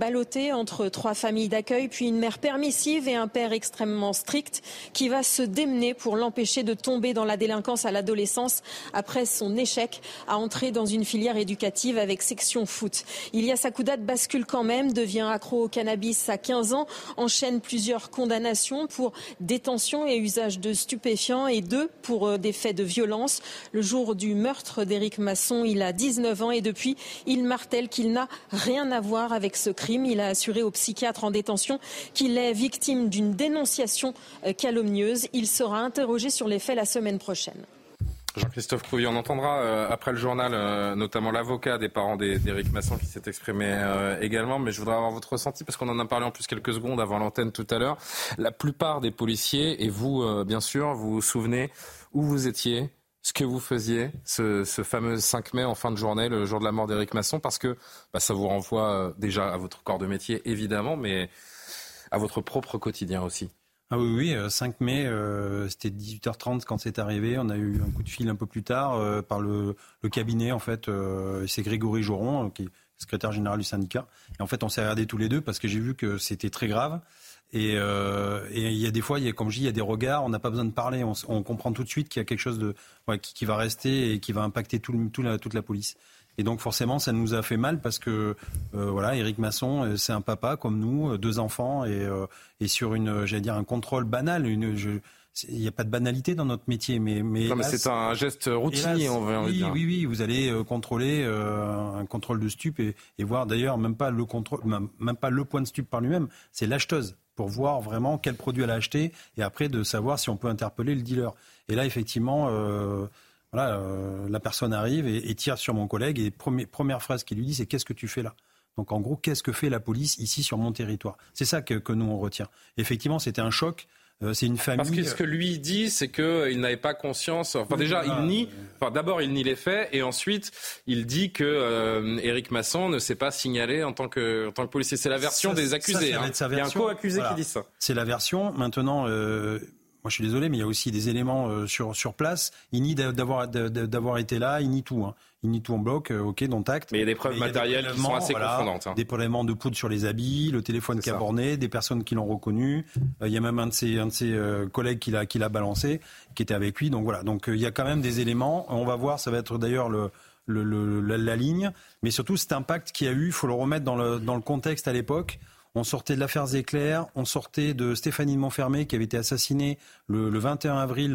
rivalité entre 3 familles d'accueil, puis une mère permissive et un père extrêmement strict qui va se démener pour l'empêcher de tomber dans la délinquance à l'adolescence après son échec à entrer dans une filière éducative avec section foot. Ilyas Akhoudat bascule quand même, devient accro au cannabis à 15 ans, enchaîne plusieurs condamnations pour détention et usage de stupéfiants et 2 pour des faits de violence. Le jour du meurtre d'Éric Masson, il a 19 ans et depuis, il martèle qu'il n'a rien à voir avec ce crime. Il a assuré au psychiatre en détention qu'il est victime d'une dénonciation calomnieuse. Il sera interrogé sur les faits la semaine prochaine. Jean-Christophe Couvi, on entendra après le journal notamment l'avocat des parents d'Éric Masson qui s'est exprimé également, mais je voudrais avoir votre ressenti parce qu'on en a parlé en plus quelques secondes avant l'antenne tout à l'heure. La plupart des policiers, et vous bien sûr, vous vous souvenez où vous étiez, ce que vous faisiez ce fameux 5 mai en fin de journée, le jour de la mort d'Éric Masson, parce que ça vous renvoie déjà à votre corps de métier évidemment, mais à votre propre quotidien aussi. Ah oui, 5 mai, c'était 18h30 quand c'est arrivé. On a eu un coup de fil un peu plus tard par le cabinet, en fait. C'est Grégory Joron, qui est secrétaire général du syndicat. Et en fait, on s'est regardés tous les deux parce que j'ai vu que c'était très grave. Et il y a des fois, comme je dis, il y a des regards, on n'a pas besoin de parler. On comprend tout de suite qu'il y a quelque chose qui va rester et qui va impacter toute la police. Et donc forcément, ça nous a fait mal parce que Éric Masson, c'est un papa comme nous, 2 enfants et sur un contrôle banal. Il n'y a pas de banalité dans notre métier, mais c'est un geste routinier, on va dire. Oui, vous allez contrôler un contrôle de stup et voir d'ailleurs même pas le point de stup par lui-même, c'est l'acheteuse pour voir vraiment quel produit elle a acheté et après de savoir si on peut interpeller le dealer. Et là, effectivement. La personne arrive et tire sur mon collègue et première phrase qu'il lui dit, c'est « Qu'est-ce que tu fais là ?» Donc en gros, qu'est-ce que fait la police ici sur mon territoire ? C'est ça que nous on retient. Effectivement, c'était un choc. C'est une famille. Parce que ce que lui dit, c'est qu'il n'avait pas conscience. Enfin, déjà, il nie. Enfin, d'abord, il nie les faits, et ensuite, il dit que Éric Masson ne s'est pas signalé en tant que policier. C'est la version des accusés. Il y a un co-accusé qui dit ça. C'est la version. Maintenant. Moi, je suis désolé, mais il y a aussi des éléments sur place. Il nie d'avoir été là, il nie tout. Il nie tout en bloc, dont acte. Mais il y a des preuves matérielles qui sont assez confondantes. Des prélèvements de poudre sur les habits, le téléphone qui a borné, des personnes qui l'ont reconnu. Il y a même un de ses collègues qui l'a balancé, qui était avec lui. Donc voilà. Donc il y a quand même des éléments. On va voir, ça va être d'ailleurs la ligne. Mais surtout, cet impact qu'il y a eu, il faut le remettre dans le contexte à l'époque. On sortait de l'affaire Zecler, on sortait de Stéphanie de Montfermé qui avait été assassinée le 21 avril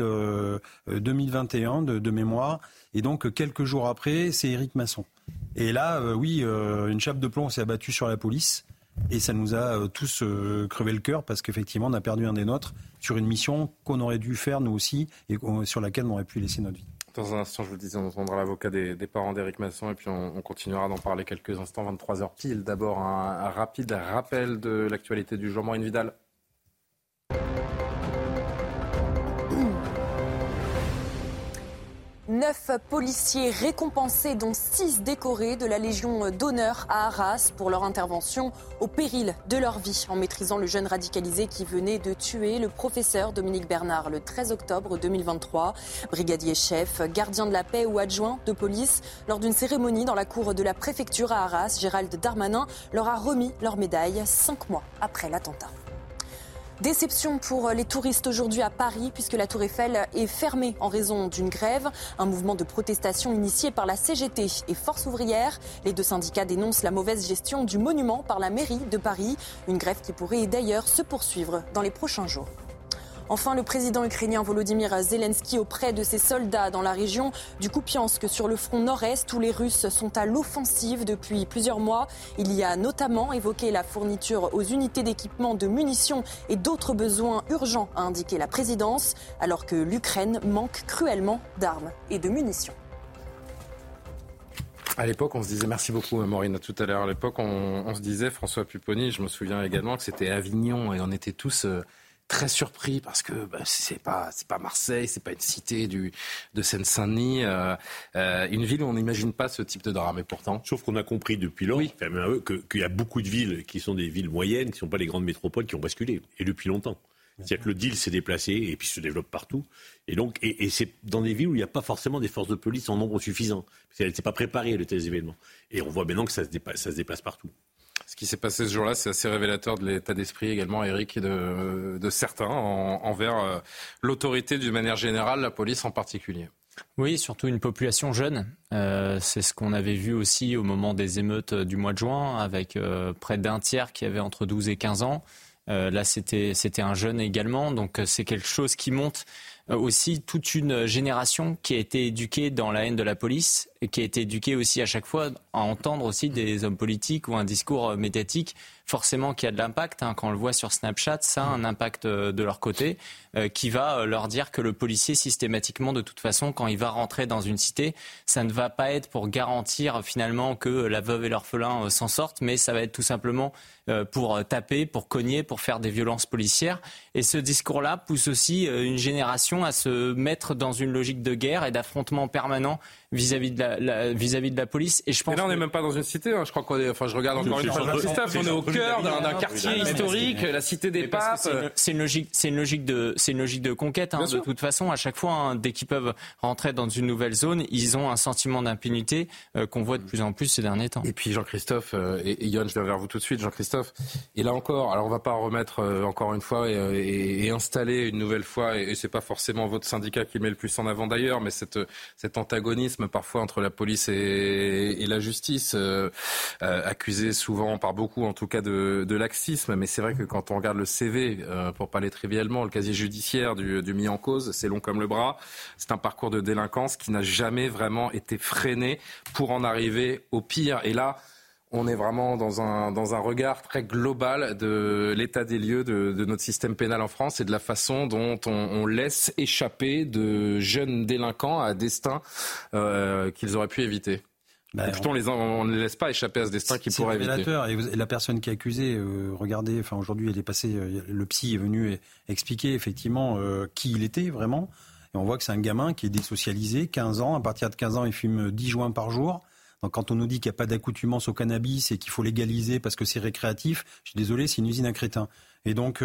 2021 de mémoire. Et donc, quelques jours après, c'est Éric Masson. Et là, une chape de plomb s'est abattue sur la police. Et ça nous a tous crevé le cœur parce qu'effectivement, on a perdu un des nôtres sur une mission qu'on aurait dû faire nous aussi et sur laquelle on aurait pu laisser notre vie. Dans un instant, je vous le disais, on entendra l'avocat des parents d'Éric Masson et puis on continuera d'en parler quelques instants, 23h pile. D'abord, un rapide rappel de l'actualité du jour. Maureen Vidal. Neuf policiers récompensés, dont 6 décorés de la Légion d'honneur à Arras pour leur intervention au péril de leur vie en maîtrisant le jeune radicalisé qui venait de tuer le professeur Dominique Bernard le 13 octobre 2023. Brigadier chef, gardien de la paix ou adjoint de police, lors d'une cérémonie dans la cour de la préfecture à Arras, Gérald Darmanin leur a remis leur médaille 5 mois après l'attentat. Déception pour les touristes aujourd'hui à Paris puisque la Tour Eiffel est fermée en raison d'une grève. Un mouvement de protestation initié par la CGT et Force ouvrière. Les 2 syndicats dénoncent la mauvaise gestion du monument par la mairie de Paris. Une grève qui pourrait d'ailleurs se poursuivre dans les prochains jours. Enfin, le président ukrainien Volodymyr Zelensky auprès de ses soldats dans la région du Kupiansk sur le front nord-est où les Russes sont à l'offensive depuis plusieurs mois. Il y a notamment évoqué la fourniture aux unités d'équipement de munitions et d'autres besoins urgents, a indiqué la présidence, alors que l'Ukraine manque cruellement d'armes et de munitions. À l'époque, on se disait, merci beaucoup Maureen, tout à l'heure, à l'époque, on se disait, François Pupponi, je me souviens également que c'était Avignon et on était tous... très surpris parce que c'est pas Marseille, c'est pas une cité de Seine-Saint-Denis, une ville où on n'imagine pas ce type de drame. Et pourtant, sauf qu'on a compris depuis longtemps qu'il y a beaucoup de villes qui sont des villes moyennes, qui sont pas les grandes métropoles, qui ont basculé et depuis longtemps. C'est-à-dire que le deal s'est déplacé et puis se développe partout. Et donc, et c'est dans des villes où il n'y a pas forcément des forces de police en nombre suffisant. Parce qu'elle ne s'est pas préparée à de tels événements. Et on voit maintenant que ça se déplace partout. Ce qui s'est passé ce jour-là, c'est assez révélateur de l'état d'esprit également, Eric, et de certains envers l'autorité d'une manière générale, la police en particulier. Oui, surtout une population jeune. C'est ce qu'on avait vu aussi au moment des émeutes du mois de juin, avec près d'un tiers qui avait entre 12 et 15 ans. Là, c'était un jeune également, donc c'est quelque chose qui monte aussi toute une génération qui a été éduquée dans la haine de la police et qui a été éduquée aussi à chaque fois à entendre aussi des hommes politiques ou un discours médiatique forcément qui a de l'impact. Quand on le voit sur Snapchat, ça a un impact de leur côté qui va leur dire que le policier systématiquement, de toute façon, quand il va rentrer dans une cité, ça ne va pas être pour garantir finalement que la veuve et l'orphelin s'en sortent, mais ça va être tout simplement pour taper, pour cogner, pour faire des violences policières. Et ce discours-là pousse aussi une génération à se mettre dans une logique de guerre et d'affrontement permanent vis-à-vis de la police. Et je pense. Mais là, on n'est même pas dans une cité. Je crois qu'on est. Enfin, je regarde encore une fois Christophe. On est au cœur d'un quartier historique, la cité des papes. C'est une logique de conquête. De toute façon, à chaque fois, dès qu'ils peuvent rentrer dans une nouvelle zone, ils ont un sentiment d'impunité qu'on voit de plus en plus ces derniers temps. Et puis Jean-Christophe et Yoann, je viens vers vous tout de suite, Jean-Christophe. Et là encore, alors on va pas remettre encore une fois et installer une nouvelle fois. Et c'est pas forcément votre syndicat qui le met le plus en avant d'ailleurs, mais cet antagonisme parfois entre la police et la justice, accusé souvent par beaucoup en tout cas de laxisme, mais c'est vrai que quand on regarde le CV, pour parler trivialement, le casier judiciaire du mis en cause, c'est long comme le bras, c'est un parcours de délinquance qui n'a jamais vraiment été freiné pour en arriver au pire. Et là, on est vraiment dans un regard très global de l'état des lieux de notre système pénal en France et de la façon dont on laisse échapper de jeunes délinquants à un destin qu'ils auraient pu éviter. Plutôt, on ne les laisse pas échapper à ce destin qu'ils pourraient éviter. C'est révélateur. Et la personne qui est accusée, regardez, aujourd'hui, elle est passée, le psy est venu expliquer effectivement qui il était vraiment. Et on voit que c'est un gamin qui est désocialisé, 15 ans. À partir de 15 ans, il fume 10 joints par jour. Donc quand on nous dit qu'il n'y a pas d'accoutumance au cannabis et qu'il faut légaliser parce que c'est récréatif, je suis désolé, c'est une usine à crétins. Et donc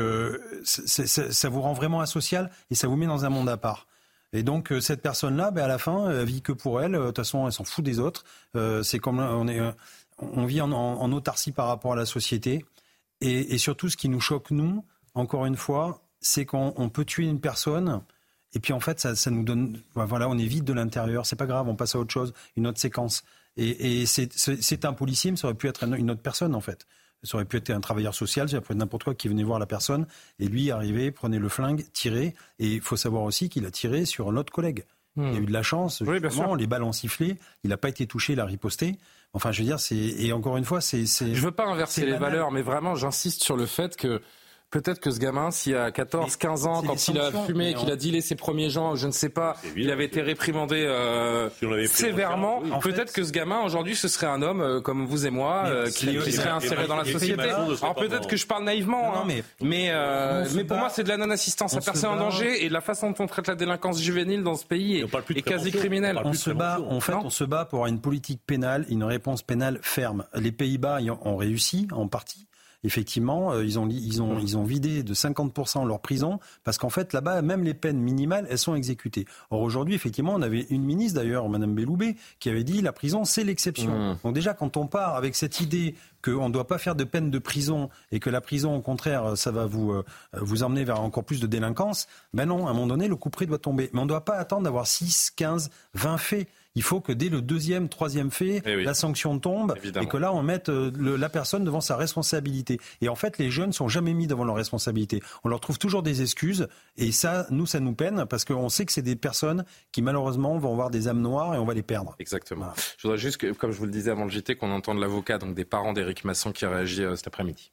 ça vous rend vraiment asocial et ça vous met dans un monde à part. Et donc cette personne-là, à la fin, elle vit que pour elle. De toute façon, elle s'en fout des autres. C'est comme on vit en autarcie par rapport à la société. Et surtout, ce qui nous choque, nous, encore une fois, c'est qu'on peut tuer une personne. Et puis en fait, ça nous donne, voilà, on est vide de l'intérieur. C'est pas grave, on passe à autre chose, une autre séquence. Et c'est un policier, mais ça aurait pu être une autre personne en fait. Ça aurait pu être un travailleur social, ça aurait pu être n'importe quoi qui venait voir la personne. Et lui, arrivait, prenait le flingue, tirait. Et il faut savoir aussi qu'il a tiré sur un autre collègue. Il a eu de la chance, justement, les balles ont sifflé. Il n'a pas été touché, il a riposté. Enfin, je veux dire, et encore une fois, c'est. Je veux pas inverser les valeurs, mais vraiment, j'insiste sur le fait que. Peut-être que ce gamin, s'il a 14, 15 ans, quand il a fumé, qu'il a dealé ses premiers gens, je ne sais pas, il avait été réprimandé sévèrement. Peut-être que ce gamin, aujourd'hui, ce serait un homme comme vous et moi, qui serait inséré dans la société. Alors peut-être que je parle naïvement, mais pour moi, c'est de la non-assistance à personne en danger et la façon dont on traite la délinquance juvénile dans ce pays est quasi criminelle. On se bat pour avoir une politique pénale, une réponse pénale ferme. Les Pays-Bas ont réussi, en partie. Effectivement, ils ont vidé de 50% leur prison parce qu'en fait, là-bas, même les peines minimales, elles sont exécutées. Or, aujourd'hui, effectivement, on avait une ministre, d'ailleurs, Mme Belloubet, qui avait dit la prison, c'est l'exception. Donc déjà, quand on part avec cette idée qu'on ne doit pas faire de peine de prison et que la prison, au contraire, ça va vous emmener vers encore plus de délinquance, non, à un moment donné, le couperet doit tomber. Mais on ne doit pas attendre d'avoir 6, 15, 20 faits. Il faut que dès le 2e, 3e fait, la sanction tombe et que là, on mette la personne devant sa responsabilité. Et en fait, les jeunes ne sont jamais mis devant leur responsabilité. On leur trouve toujours des excuses et ça nous peine parce qu'on sait que c'est des personnes qui, malheureusement, vont avoir des âmes noires et on va les perdre. Exactement. Voilà. Je voudrais juste, comme je vous le disais avant le JT, qu'on entende l'avocat, donc des parents d'Éric Masson qui réagit cet après-midi.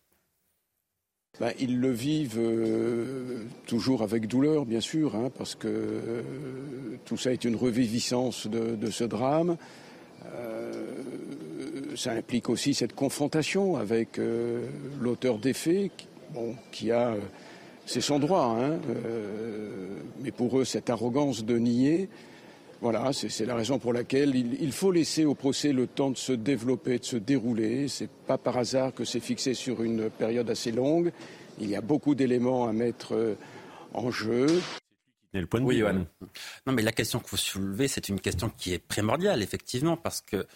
Ils le vivent toujours avec douleur, bien sûr, parce que tout ça est une reviviscence de ce drame. Ça implique aussi cette confrontation avec l'auteur des faits, qui a... c'est son droit, mais pour eux, cette arrogance de nier, voilà, c'est la raison pour laquelle il faut laisser au procès le temps de se développer, de se dérouler. C'est pas par hasard que c'est fixé sur une période assez longue. Il y a beaucoup d'éléments à mettre en jeu. Non, mais la question que vous soulevez, c'est une question qui est primordiale, effectivement, parce que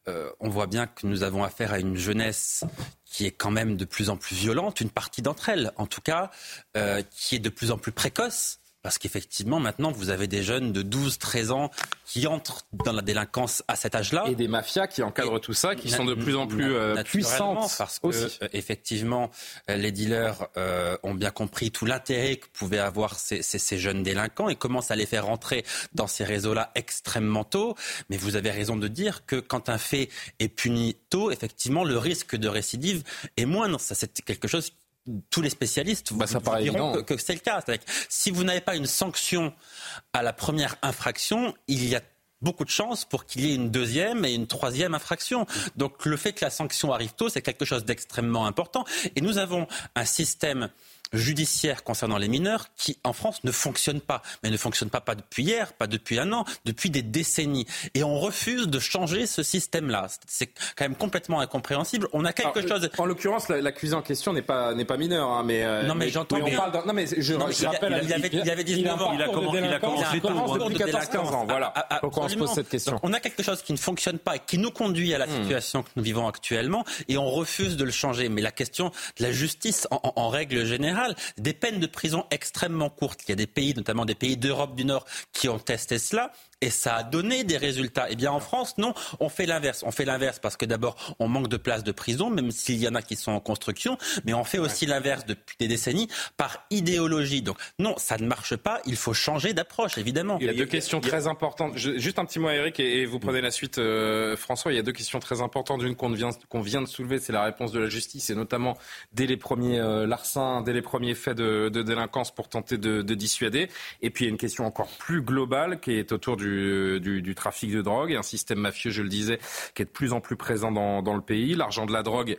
on voit bien que nous avons affaire à une jeunesse qui est quand même de plus en plus violente, une partie d'entre elles en tout cas, qui est de plus en plus précoce. Parce qu'effectivement, maintenant, vous avez des jeunes de 12-13 ans qui entrent dans la délinquance à cet âge-là. Et des mafias qui encadrent tout ça, qui sont de plus en plus puissantes. Parce que, effectivement, les dealers ont bien compris tout l'intérêt que pouvaient avoir ces jeunes délinquants et commencent à les faire rentrer dans ces réseaux-là extrêmement tôt. Mais vous avez raison de dire que quand un fait est puni tôt, effectivement, le risque de récidive est moindre. Ça, c'est quelque chose... Tous les spécialistes vous diront que c'est le cas. C'est-à-dire que si vous n'avez pas une sanction à la première infraction, il y a beaucoup de chances pour qu'il y ait une deuxième et une troisième infraction. Donc le fait que la sanction arrive tôt, c'est quelque chose d'extrêmement important. Et nous avons un système judiciaire concernant les mineurs qui, en France, ne fonctionne pas. Mais ne fonctionne pas depuis hier, pas depuis un an, depuis des décennies. Et on refuse de changer ce système-là. C'est quand même complètement incompréhensible. On a quelque chose... En l'occurrence, l'accusé en question n'est pas mineur. Hein, mais, non, mais j'entends... Oui, non, mais je rappelle... Il avait 19 ans. Il a commencé tôt. Depuis 14-15 ans. Voilà. Pourquoi on se pose cette question? Donc, on a quelque chose qui ne fonctionne pas et qui nous conduit à la situation que nous vivons actuellement et on refuse de le changer. Mais la question de la justice, en règle générale, des peines de prison extrêmement courtes. Il y a des pays, notamment des pays d'Europe du Nord, qui ont testé cela. Et ça a donné des résultats. Eh bien, en France, non, on fait l'inverse. On fait l'inverse parce que d'abord, on manque de places de prison, même s'il y en a qui sont en construction. Mais on fait aussi l'inverse depuis des décennies par idéologie. Donc, non, ça ne marche pas. Il faut changer d'approche, évidemment. Il y a deux questions très importantes. Juste un petit mot à Eric et vous prenez la suite, François. Il y a deux questions très importantes. Une qu'on vient de soulever, c'est la réponse de la justice et notamment dès les premiers larcins, dès les premiers faits de délinquance pour tenter de dissuader. Et puis, il y a une question encore plus globale qui est autour du trafic de drogue et un système mafieux, je le disais, qui est de plus en plus présent dans le pays. L'argent de la drogue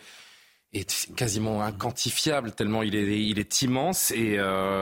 est quasiment inquantifiable tellement il est immense et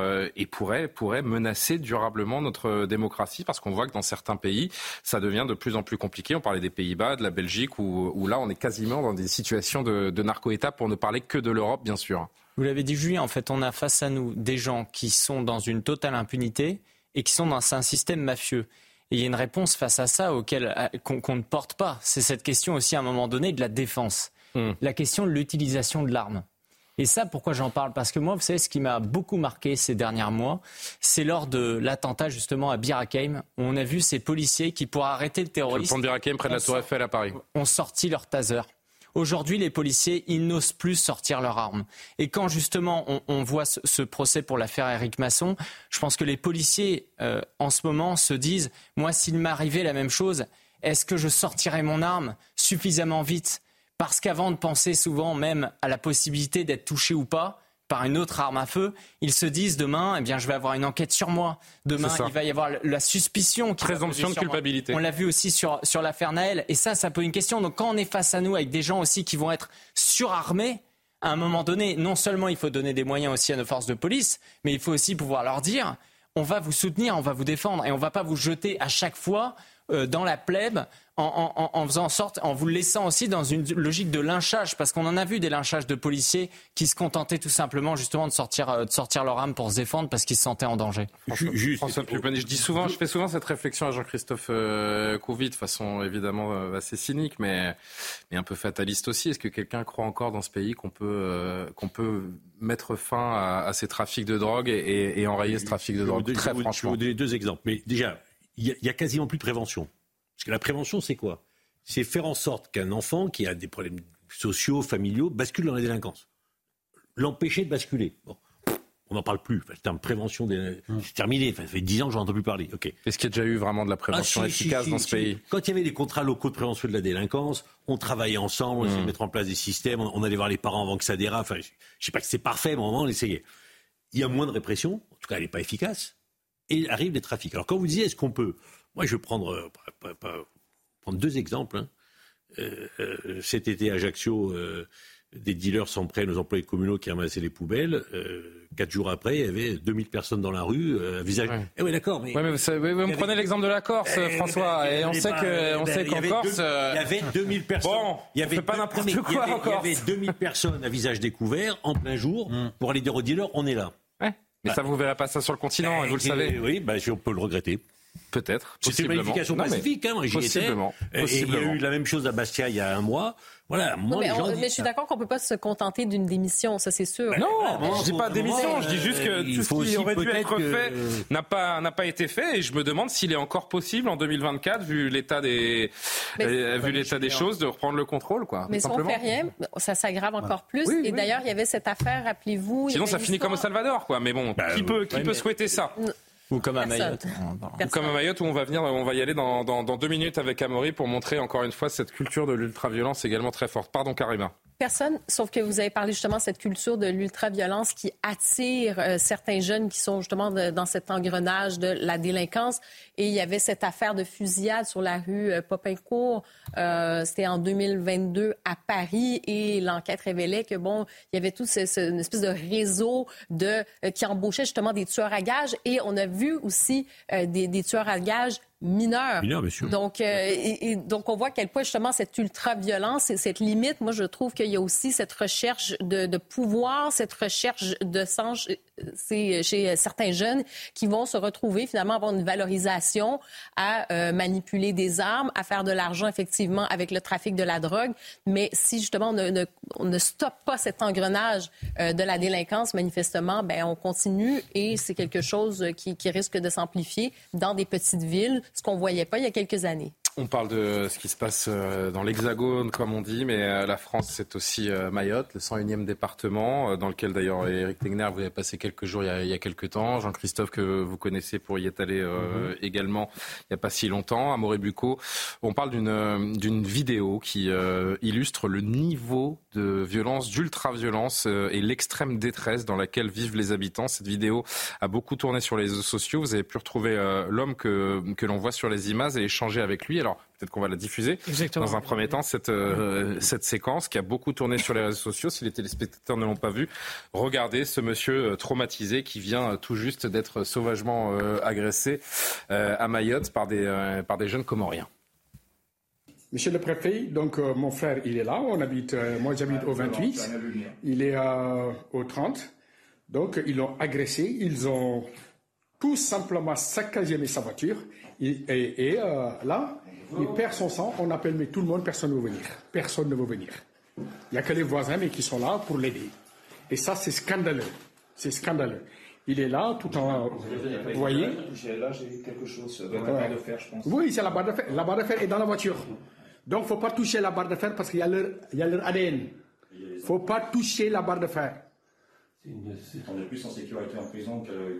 pourrait menacer durablement notre démocratie parce qu'on voit que dans certains pays, ça devient de plus en plus compliqué. On parlait des Pays-Bas, de la Belgique où là, on est quasiment dans des situations de narco-État pour ne parler que de l'Europe, bien sûr. Vous l'avez dit, Julien, en fait, on a face à nous des gens qui sont dans une totale impunité et qui sont dans un système mafieux. Et il y a une réponse face à ça qu'on ne porte pas. C'est cette question aussi à un moment donné de la défense. La question de l'utilisation de l'arme. Et ça, pourquoi j'en parle? Parce que moi, vous savez, ce qui m'a beaucoup marqué ces derniers mois, c'est lors de l'attentat justement à Bir Hakeim, où on a vu ces policiers qui, pour arrêter le terroriste... Le pont de Bir Hakeim, près de la Tour Eiffel à Paris. Ont sorti leur taser. Aujourd'hui, les policiers, ils n'osent plus sortir leurs armes. Et quand justement on voit ce procès pour l'affaire Éric Masson, je pense que les policiers, en ce moment, se disent « Moi, s'il m'arrivait la même chose, est-ce que je sortirais mon arme suffisamment vite ?» Parce qu'avant de penser souvent même à la possibilité d'être touché ou pas par une autre arme à feu, ils se disent demain, je vais avoir une enquête sur moi. Demain, il va y avoir la suspicion. Présomption de culpabilité. On l'a vu aussi sur l'affaire Naël. Et ça pose une question. Donc quand on est face à nous avec des gens aussi qui vont être surarmés, à un moment donné, non seulement il faut donner des moyens aussi à nos forces de police, mais il faut aussi pouvoir leur dire, on va vous soutenir, on va vous défendre et on ne va pas vous jeter à chaque fois dans la plèbe en faisant en sorte, en vous laissant aussi dans une logique de lynchage, parce qu'on en a vu des lynchages de policiers qui se contentaient tout simplement justement de sortir leur arme pour se défendre parce qu'ils se sentaient en danger. Je fais souvent cette réflexion à Jean-Christophe Couvi de façon évidemment assez cynique, mais un peu fataliste aussi. Est-ce que quelqu'un croit encore dans ce pays qu'on peut mettre fin à ces trafics de drogue et enrayer ce trafic de drogue? Très franchement. Je vais vous donner deux exemples. Mais déjà, il y a quasiment plus de prévention. Parce que la prévention, c'est quoi? C'est faire en sorte qu'un enfant qui a des problèmes sociaux, familiaux, bascule dans la délinquance. L'empêcher de basculer. Bon, on n'en parle plus. Le terme prévention, c'est terminé. Ça fait 10 ans que j'en entends plus parler. Okay. Est-ce qu'il y a déjà eu vraiment de la prévention efficace dans ce pays? Quand il y avait des contrats locaux de prévention de la délinquance, on travaillait ensemble, on essayait de mettre en place des systèmes, on allait voir les parents avant que ça dérape. Enfin, je ne sais pas que c'est parfait, mais au moment, on essayait. Il y a moins de répression. En tout cas, elle n'est pas efficace. Et arrivent les trafics. Alors quand vous disiez, est-ce qu'on peut... Moi, je vais prendre deux exemples. Cet été à Ajaccio, des dealers s'en prennent aux employés communaux qui ramassaient les poubelles. 4 jours après, il y avait 2000 personnes dans la rue, visage... Ouais. Eh oui, d'accord, mais... Ouais, mais vous me prenez l'exemple de la Corse, François, et on sait qu'en Corse... Il y avait 2000 personnes... Bon, il y avait pas n'importe quoi en Corse. Il y avait 2000 personnes à visage découvert, en plein jour, pour aller dire aux dealers, on est là. Ouais. Mais ça, vous ne verrez pas ça sur le continent, et vous le savez. Oui, on peut le regretter. Peut-être. C'était une manifestation pacifique, hein, j'y étais. Et il y a eu la même chose à Bastia il y a un mois. Voilà, mais je suis d'accord qu'on ne peut pas se contenter d'une démission, ça c'est sûr. Non, je ne dis pas démission, je dis juste que tout ce qui aurait dû être fait n'a pas été fait, et je me demande s'il est encore possible en 2024, vu l'état des choses, de reprendre le contrôle, quoi. Mais si on ne fait rien, ça s'aggrave encore plus. Oui, et d'ailleurs, il y avait cette affaire, rappelez-vous. Sinon, ça finit comme au Salvador, quoi. Mais bon, qui peut souhaiter ça? Ou comme à Mayotte. Ou comme à Mayotte, où on va y aller dans 2 minutes avec Amaury pour montrer encore une fois cette culture de l'ultra-violence également très forte. Pardon, Karima. Personne, sauf que vous avez parlé justement de cette culture de l'ultra-violence qui attire certains jeunes qui sont justement dans cet engrenage de la délinquance. Et il y avait cette affaire de fusillade sur la rue Popincourt. C'était en 2022 à Paris, et l'enquête révélait que il y avait tout une espèce de réseau qui embauchait justement des tueurs à gages. Et on a vu aussi des tueurs à gages mineurs. Bien sûr. Donc, donc, on voit à quel point, justement, cette ultra-violence et cette limite, moi, je trouve qu'il y a aussi cette recherche de pouvoir, cette recherche de sens chez certains jeunes qui vont se retrouver, finalement, avoir une valorisation à manipuler des armes, à faire de l'argent, effectivement, avec le trafic de la drogue. Mais si, justement, on ne stoppe pas cet engrenage de la délinquance, manifestement, on continue, et c'est quelque chose qui risque de s'amplifier dans des petites villes, ce qu'on ne voyait pas il y a quelques années. On parle de ce qui se passe dans l'Hexagone, comme on dit, mais la France, c'est aussi Mayotte, le 101e département, dans lequel d'ailleurs Éric Tegner, vous avez passé quelques jours il y a quelques temps. Jean-Christophe, que vous connaissez pour y être allé également il n'y a pas si longtemps. Amaury Bucco, on parle d'une vidéo qui illustre le niveau de violence, d'ultra-violence et l'extrême détresse dans laquelle vivent les habitants. Cette vidéo a beaucoup tourné sur les réseaux sociaux. Vous avez pu retrouver l'homme que l'on voit sur les images et échanger avec lui. Alors, peut-être qu'on va la diffuser. Exactement. Dans un premier temps, cette séquence qui a beaucoup tourné sur les réseaux sociaux. Si les téléspectateurs ne l'ont pas vue, regardez ce monsieur traumatisé qui vient tout juste d'être sauvagement agressé à Mayotte par des jeunes Comoriens. Monsieur le préfet, donc mon frère, il est là. Moi, j'habite au 28. Il est au 30. Donc, ils l'ont agressé. Ils ont tout simplement saccagé sa voiture. Et là, il perd son sang. On appelle mais tout le monde, personne ne veut venir. Personne ne veut venir. Il n'y a que les voisins mais qui sont là pour l'aider. Et ça, c'est scandaleux. C'est scandaleux. Il est là, tout en... Vous voyez ? Là, j'ai quelque chose. La barre de fer, je pense. Oui, c'est la barre de fer. La barre de fer est dans la voiture. Donc, il ne faut pas toucher la barre de fer parce qu'il y a leur ADN. Il ne faut pas toucher la barre de fer. On est plus en sécurité en prison que...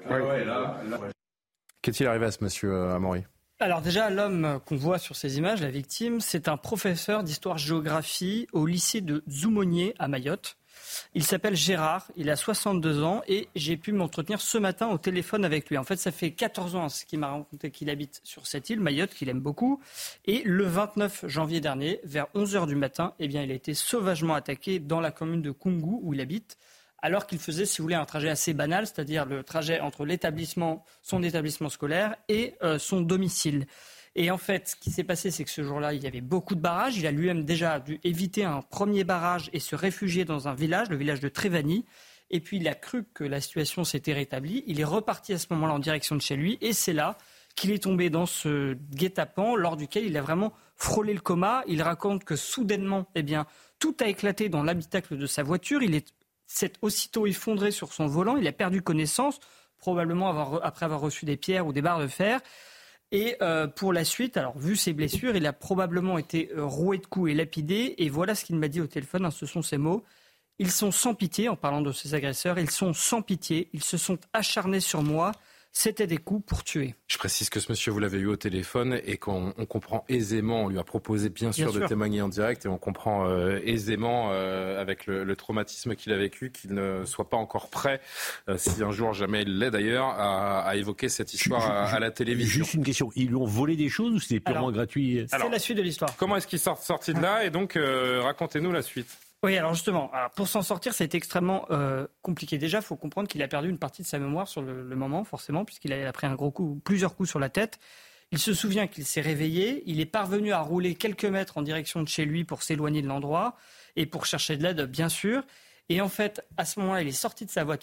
Qu'est-il arrivé à ce monsieur, Amaury ? Alors déjà, l'homme qu'on voit sur ces images, la victime, c'est un professeur d'histoire-géographie au lycée de Zoumonier à Mayotte. Il s'appelle Gérard, il a 62 ans et j'ai pu m'entretenir ce matin au téléphone avec lui. En fait, ça fait 14 ans qu'il m'a raconté qu'il habite sur cette île, Mayotte, qu'il aime beaucoup. Et le 29 janvier dernier, vers 11h du matin, il a été sauvagement attaqué dans la commune de Koungou où il habite, alors qu'il faisait, si vous voulez, un trajet assez banal, c'est-à-dire le trajet entre son établissement scolaire et son domicile. Et en fait, ce qui s'est passé, c'est que ce jour-là, il y avait beaucoup de barrages. Il a lui-même déjà dû éviter un premier barrage et se réfugier dans un village, le village de Trévani. Et puis, il a cru que la situation s'était rétablie. Il est reparti à ce moment-là en direction de chez lui. Et c'est là qu'il est tombé dans ce guet-apens, lors duquel il a vraiment frôlé le coma. Il raconte que soudainement, tout a éclaté dans l'habitacle de sa voiture. Il s'est aussitôt effondré sur son volant. Il a perdu connaissance, probablement après avoir reçu des pierres ou des barres de fer. Et pour la suite, alors vu ses blessures, il a probablement été roué de coups et lapidé. Et voilà ce qu'il m'a dit au téléphone, ce sont ses mots. Ils sont sans pitié, en parlant de ses agresseurs, ils sont sans pitié, ils se sont acharnés sur moi. C'était des coups pour tuer. Je précise que ce monsieur, vous l'avez eu au téléphone et qu'on comprend aisément, on lui a proposé bien sûr de témoigner en direct et on comprend aisément avec le traumatisme qu'il a vécu qu'il ne soit pas encore prêt, si un jour jamais il l'est d'ailleurs, à évoquer cette histoire à la télévision. Juste une question, ils lui ont volé des choses ou c'était purement gratuit ? C'est la suite de l'histoire. Comment est-ce qu'il est sorti de là et donc racontez-nous la suite. Oui, alors justement, pour s'en sortir, ça a été extrêmement compliqué. Déjà, il faut comprendre qu'il a perdu une partie de sa mémoire sur le moment, forcément, puisqu'il a pris plusieurs coups sur la tête. Il se souvient qu'il s'est réveillé, il est parvenu à rouler quelques mètres en direction de chez lui pour s'éloigner de l'endroit et pour chercher de l'aide, bien sûr. Et en fait, à ce moment-là, il est sorti de sa voiture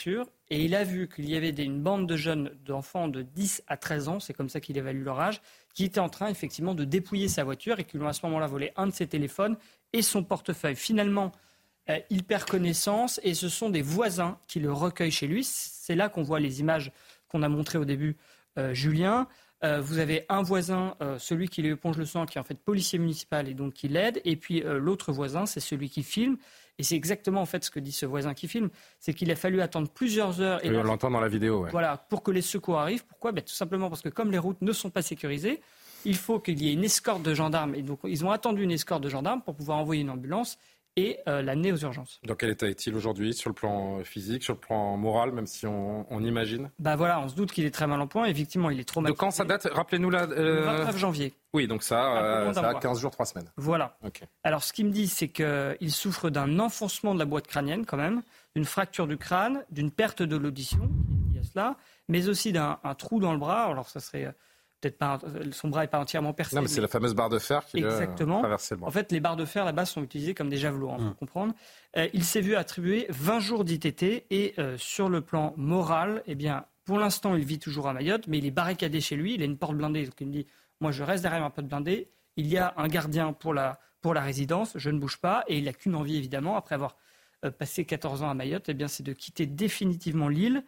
et il a vu qu'il y avait une bande de jeunes, d'enfants de 10 à 13 ans, c'est comme ça qu'il évalue leur âge, qui étaient en train effectivement de dépouiller sa voiture et qui lui ont à ce moment-là volé un de ses téléphones et son portefeuille. Finalement, il perd connaissance et ce sont des voisins qui le recueillent chez lui. C'est là qu'on voit les images qu'on a montrées au début, Julien. Vous avez un voisin, celui qui lui éponge le sang, qui est en fait policier municipal et donc qui l'aide. Et puis l'autre voisin, c'est celui qui filme. Et c'est exactement en fait ce que dit ce voisin qui filme, c'est qu'il a fallu attendre plusieurs heures. Et on l'entend dans la vidéo. Ouais. Voilà, pour que les secours arrivent. Pourquoi ? Tout simplement parce que comme les routes ne sont pas sécurisées, il faut qu'il y ait une escorte de gendarmes. Et donc ils ont attendu une escorte de gendarmes pour pouvoir envoyer une ambulance et l'amener aux urgences. Dans quel état est-il aujourd'hui, sur le plan physique, sur le plan moral, même si on imagine ? On se doute qu'il est très mal en point. Effectivement, il est traumatisé. De quand ça date ? Rappelez-nous là. Le 29 janvier. Oui, donc ça a 15 jours, 3 semaines. Voilà. Okay. Alors, ce qu'il me dit, c'est qu'il souffre d'un enfoncement de la boîte crânienne, quand même, d'une fracture du crâne, d'une perte de l'audition, il y a cela, mais aussi d'un trou dans le bras. Alors, ça serait... Peut-être pas, son bras n'est pas entièrement percé. Non, mais c'est la fameuse barre de fer qui a traversé le bras. En fait, les barres de fer, là-bas, sont utilisées comme des javelots, on peut comprendre. Il s'est vu attribuer 20 jours d'ITT et sur le plan moral, pour l'instant, il vit toujours à Mayotte, mais il est barricadé chez lui, il a une porte blindée. Donc il me dit, moi, je reste derrière ma porte blindée. Il y a un gardien pour la résidence, je ne bouge pas. Et il n'a qu'une envie, évidemment, après avoir passé 14 ans à Mayotte, c'est de quitter définitivement l'île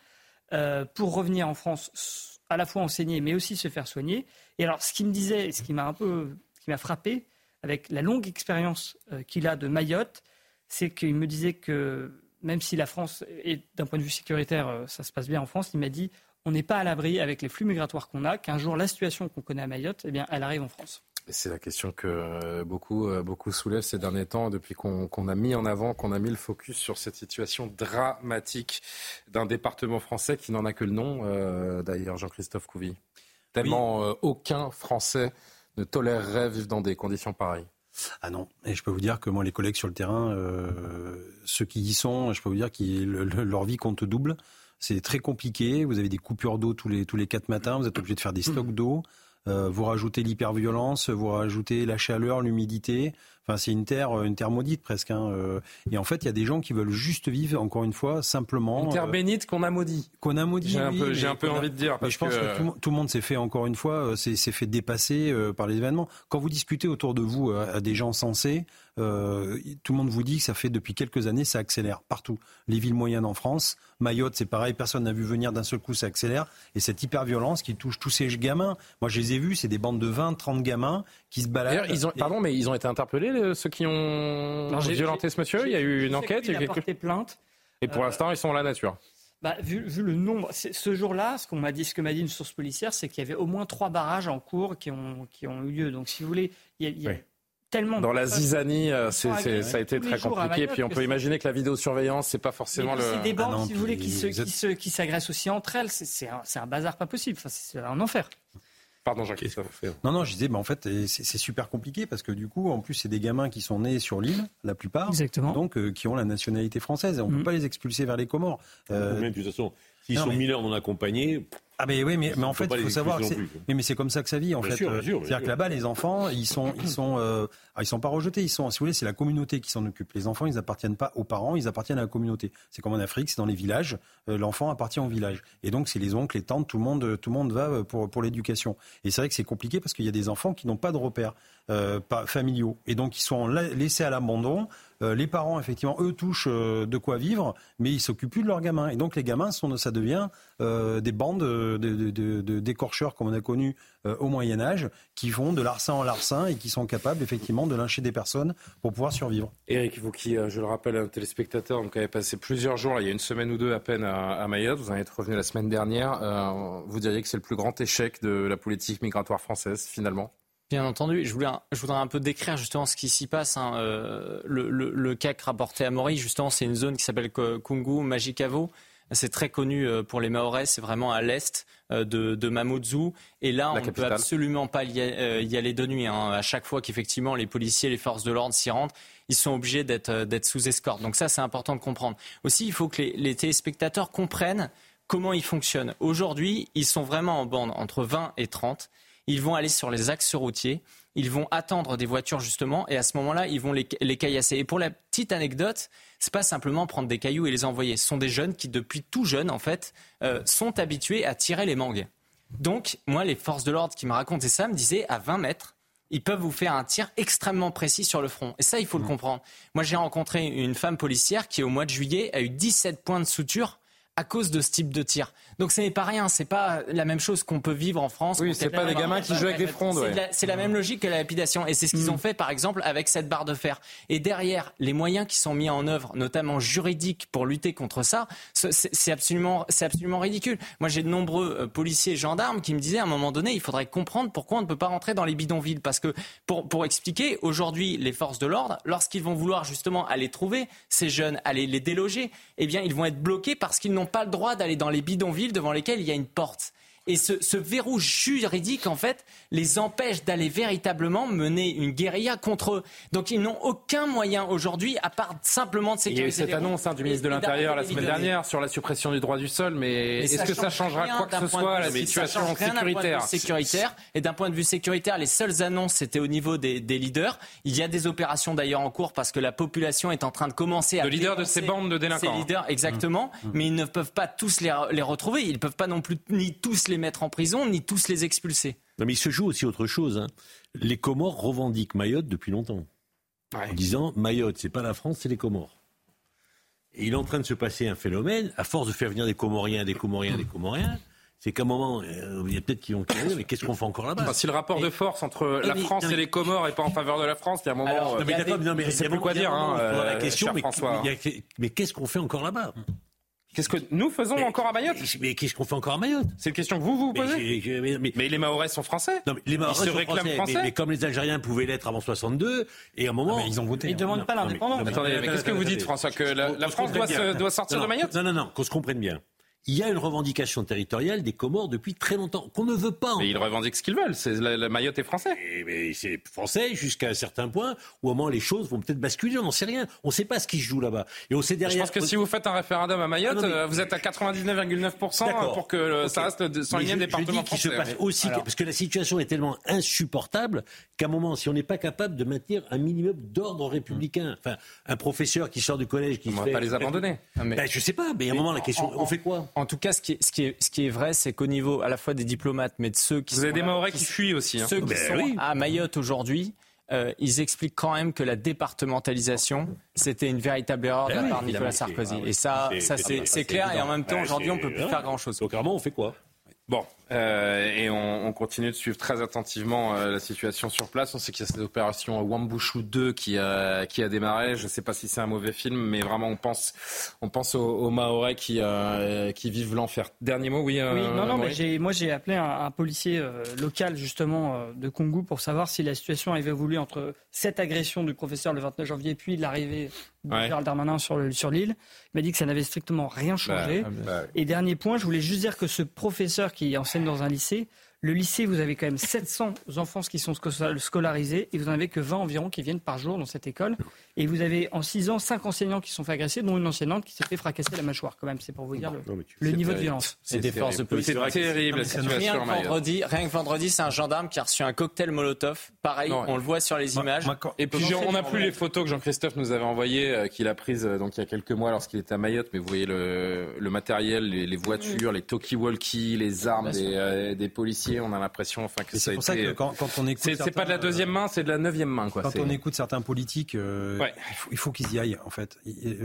pour revenir en France, à la fois enseigner, mais aussi se faire soigner. Et alors, ce qu'il me disait, ce qui m'a frappé, avec la longue expérience qu'il a de Mayotte, c'est qu'il me disait que même si la France, est d'un point de vue sécuritaire, ça se passe bien en France, il m'a dit, on n'est pas à l'abri avec les flux migratoires qu'on a, qu'un jour, la situation qu'on connaît à Mayotte, elle arrive en France. C'est la question que beaucoup soulèvent ces derniers temps, depuis qu'on a mis en avant, qu'on a mis le focus sur cette situation dramatique d'un département français qui n'en a que le nom, d'ailleurs, Jean-Christophe Couvi. Tellement aucun Français ne tolérerait vivre dans des conditions pareilles. Ah non, et je peux vous dire que moi, les collègues sur le terrain, ceux qui y sont, je peux vous dire que leur vie compte double. C'est très compliqué, vous avez des coupures d'eau tous les 4 matins, vous êtes obligé de faire des stocks d'eau. Vous rajoutez l'hyperviolence, vous rajoutez la chaleur, l'humidité. Enfin, c'est une terre maudite presque. Et en fait, il y a des gens qui veulent juste vivre, encore une fois, simplement. Une terre bénite qu'on a maudit. J'ai un peu envie de dire. Je pense que tout le monde s'est fait, encore une fois, s'est fait dépasser par les événements. Quand vous discutez autour de vous à des gens sensés, tout le monde vous dit que ça fait depuis quelques années, ça accélère partout. Les villes moyennes en France, Mayotte, c'est pareil, personne n'a vu venir d'un seul coup, ça accélère. Et cette hyperviolence qui touche tous ces gamins, moi je les ai vus, c'est des bandes de 20, 30 gamins qui se baladent. D'ailleurs, mais ils ont été interpellés, ceux qui ont violenté ce monsieur. Il y a eu une enquête. Il a porté plainte. Et pour l'instant, ils sont à la nature. Vu le nombre, ce jour-là, ce que m'a dit une source policière, c'est qu'il y avait au moins 3 barrages en cours qui ont eu lieu. Donc, si vous voulez, il y a tellement. Dans la zizanie, ça a été très compliqué. Puis on peut imaginer que la vidéosurveillance, c'est pas forcément c'est des bandes, si vous voulez, qui s'agressent aussi entre elles. C'est un bazar pas possible. Enfin, c'est un enfer. Pardon, Jacques-Christophe. Non, je disais, en fait, c'est super compliqué parce que du coup, en plus, c'est des gamins qui sont nés sur l'île, la plupart. Exactement. Donc, qui ont la nationalité française. Et on ne peut pas les expulser vers les Comores. Même, de toute façon, s'ils sont mineurs non accompagnés. Ah mais oui, mais en fait, il faut savoir, mais c'est comme ça que ça vit en fait. C'est-à-dire que là-bas, les enfants, ils sont pas rejetés. Si vous voulez, c'est la communauté qui s'en occupe. Les enfants, ils appartiennent pas aux parents, ils appartiennent à la communauté. C'est comme en Afrique, c'est dans les villages. L'enfant appartient au village. Et donc, c'est les oncles, les tantes, tout le monde va pour l'éducation. Et c'est vrai que c'est compliqué parce qu'il y a des enfants qui n'ont pas de repères familiaux et donc ils sont laissés à l'abandon. Les parents, effectivement, eux touchent de quoi vivre, mais ils s'occupent plus de leurs gamins. Et donc les gamins, ça devient des bandes d'écorcheurs, comme on a connu au Moyen-Âge, qui vont de larcin en larcin et qui sont capables, effectivement, de lyncher des personnes pour pouvoir survivre. Éric, vous qui, je le rappelle à nos téléspectateurs, vous avez passé plusieurs jours, il y a une semaine ou deux à peine à Mayotte, vous en êtes revenu la semaine dernière. Vous diriez que c'est le plus grand échec de la politique migratoire française, finalement ? Bien entendu, je voudrais un peu décrire justement ce qui s'y passe. Le CAC rapporté à Mori, justement, c'est une zone qui s'appelle Kungu Majikavo. C'est très connu pour les Mahorais, c'est vraiment à l'est de Mamoudzou. Et là, on ne peut absolument pas y aller de nuit. À chaque fois qu'effectivement les policiers, les forces de l'ordre s'y rendent, ils sont obligés d'être sous escorte. Donc ça, c'est important de comprendre. Aussi, il faut que les téléspectateurs comprennent comment ils fonctionnent. Aujourd'hui, ils sont vraiment en bande entre 20 et 30. ils vont aller sur les axes routiers, ils vont attendre des voitures justement, et à ce moment-là, ils vont les caillasser. Et pour la petite anecdote, c'est pas simplement prendre des cailloux et les envoyer. Ce sont des jeunes qui, depuis tout jeunes, en fait, sont habitués à tirer les mangues. Donc, moi, les forces de l'ordre qui me racontaient ça me disaient, à 20 mètres, ils peuvent vous faire un tir extrêmement précis sur le front. Et ça, il faut le comprendre. Moi, j'ai rencontré une femme policière qui, au mois de juillet, a eu 17 points de suture à cause de ce type de tir. Donc ce n'est pas rien, c'est pas la même chose qu'on peut vivre en France. Oui, c'est pas des gamins qui jouent avec des frondes. C'est la même logique que la lapidation. Et c'est ce qu'ils ont fait, par exemple, avec cette barre de fer. Et derrière, les moyens qui sont mis en œuvre, notamment juridiques, pour lutter contre ça, c'est absolument ridicule. Moi, j'ai de nombreux policiers et gendarmes qui me disaient, à un moment donné, il faudrait comprendre pourquoi on ne peut pas rentrer dans les bidonvilles. Parce que, pour expliquer, aujourd'hui, les forces de l'ordre, lorsqu'ils vont vouloir justement aller trouver ces jeunes, aller les déloger, eh bien, ils vont être bloqués parce qu'ils n'ont pas le droit d'aller dans les bidonvilles devant lesquels il y a une porte. Et ce verrou juridique, en fait, les empêche d'aller véritablement mener une guérilla contre eux. Donc ils n'ont aucun moyen aujourd'hui, à part simplement de sécuriser. Il y a eu cette annonce du ministre de l'Intérieur la semaine dernière sur la suppression du droit du sol, mais est-ce que ça changera quoi que ce soit à la situation sécuritaire ? Et d'un point de vue sécuritaire, les seules annonces, c'était au niveau des leaders. Il y a des opérations d'ailleurs en cours parce que la population est en train de commencer à... De leaders de ces bandes de délinquants. Ces leaders, exactement. Mais ils ne peuvent pas tous les retrouver. Ils ne peuvent pas non plus ni tous les mettre en prison, ni tous les expulser. Non, mais il se joue aussi autre chose. Hein. Les Comores revendiquent Mayotte depuis longtemps. Ouais. En disant, Mayotte, c'est pas la France, c'est les Comores. Et il est en train de se passer un phénomène, à force de faire venir des Comoriens, c'est qu'à un moment, il y a peut-être qui vont dire, mais qu'est-ce qu'on fait encore là-bas ? Si le rapport de force entre la France et les Comores n'est pas en faveur de la France, il y a un moment... Alors, je ne sais plus quoi dire. La question, mais qu'est-ce qu'on fait encore là-bas ? Qu'est-ce que nous faisons encore à Mayotte ? Mais qu'est-ce qu'on fait encore à Mayotte ? C'est une question que vous posez. Mais les Mahorais sont français. Non, mais les Mahorais sont français. Mais comme les Algériens pouvaient l'être avant 62, et à un moment... ils ont voté. Ils ne demandent pas l'indépendance. Attendez, mais qu'est-ce que vous dites, François ? Que la France doit sortir de Mayotte ? Non, qu'on se comprenne bien. Il y a une revendication territoriale des Comores depuis très longtemps, qu'on ne veut pas. Mais ils revendiquent ce qu'ils veulent. La Mayotte est français. Mais c'est français jusqu'à un certain point où au moment les choses vont peut-être basculer. On n'en sait rien. On ne sait pas ce qui se joue là-bas. Et on sait derrière. Je pense que si vous faites un référendum à Mayotte, vous êtes à 99,9% pour que ça reste le 101e département français. Je dis qu'il se passe aussi parce que la situation est tellement insupportable qu'à un moment, si on n'est pas capable de maintenir un minimum d'ordre républicain, enfin, un professeur qui sort du collège, on ne va pas les abandonner. Je sais pas. Mais à un moment, la question, on fait quoi ? En tout cas, ce qui est vrai, c'est qu'au niveau à la fois des diplomates, mais de ceux qui... Vous avez des Mahorais qui fuient aussi. Ceux qui sont à Mayotte aujourd'hui, ils expliquent quand même que la départementalisation, c'était une véritable erreur de la part de Nicolas Sarkozy. Et ça c'est clair. Et en même temps, aujourd'hui, on ne peut plus faire grand-chose. Donc, clairement, on fait quoi ? Bon, et on continue de suivre très attentivement la situation sur place. On sait qu'il y a cette opération Wambushu 2 qui a démarré. Je ne sais pas si c'est un mauvais film, mais vraiment on pense aux Mahorais qui vivent l'enfer. Dernier mot, oui. Mais moi j'ai appelé un policier local justement de Koungou pour savoir si la situation avait évolué entre cette agression du professeur le 29 janvier puis l'arrivée de Gérald Darmanin sur l'île. Il m'a dit que ça n'avait strictement rien changé. Et dernier point, je voulais juste dire que ce professeur qui enseigne dans un lycée, le lycée, vous avez quand même 700 enfants qui sont scolarisés et vous n'en avez que 20 environ qui viennent par jour dans cette école. Et vous avez en 6 ans 5 enseignants qui sont fait agresser, dont une enseignante qui s'est fait fracasser la mâchoire quand même. C'est pour vous dire le niveau de violence. C'est des forces de police. C'est terrible la situation. Rien que vendredi, c'est un gendarme qui a reçu un cocktail Molotov. Pareil, on le voit sur les images. Et puis on n'a plus les photos que Jean-Christophe nous avait envoyées, qu'il a prises donc il y a quelques mois lorsqu'il était à Mayotte. Mais vous voyez le matériel, les voitures, les talkie-walkie, les armes des policiers. On a l'impression que ça a été... C'est pour ça que quand on écoute... C'est pas de la deuxième main, c'est de la 9e main. Quand on écoute certains politiques, il faut qu'ils y aillent, en fait.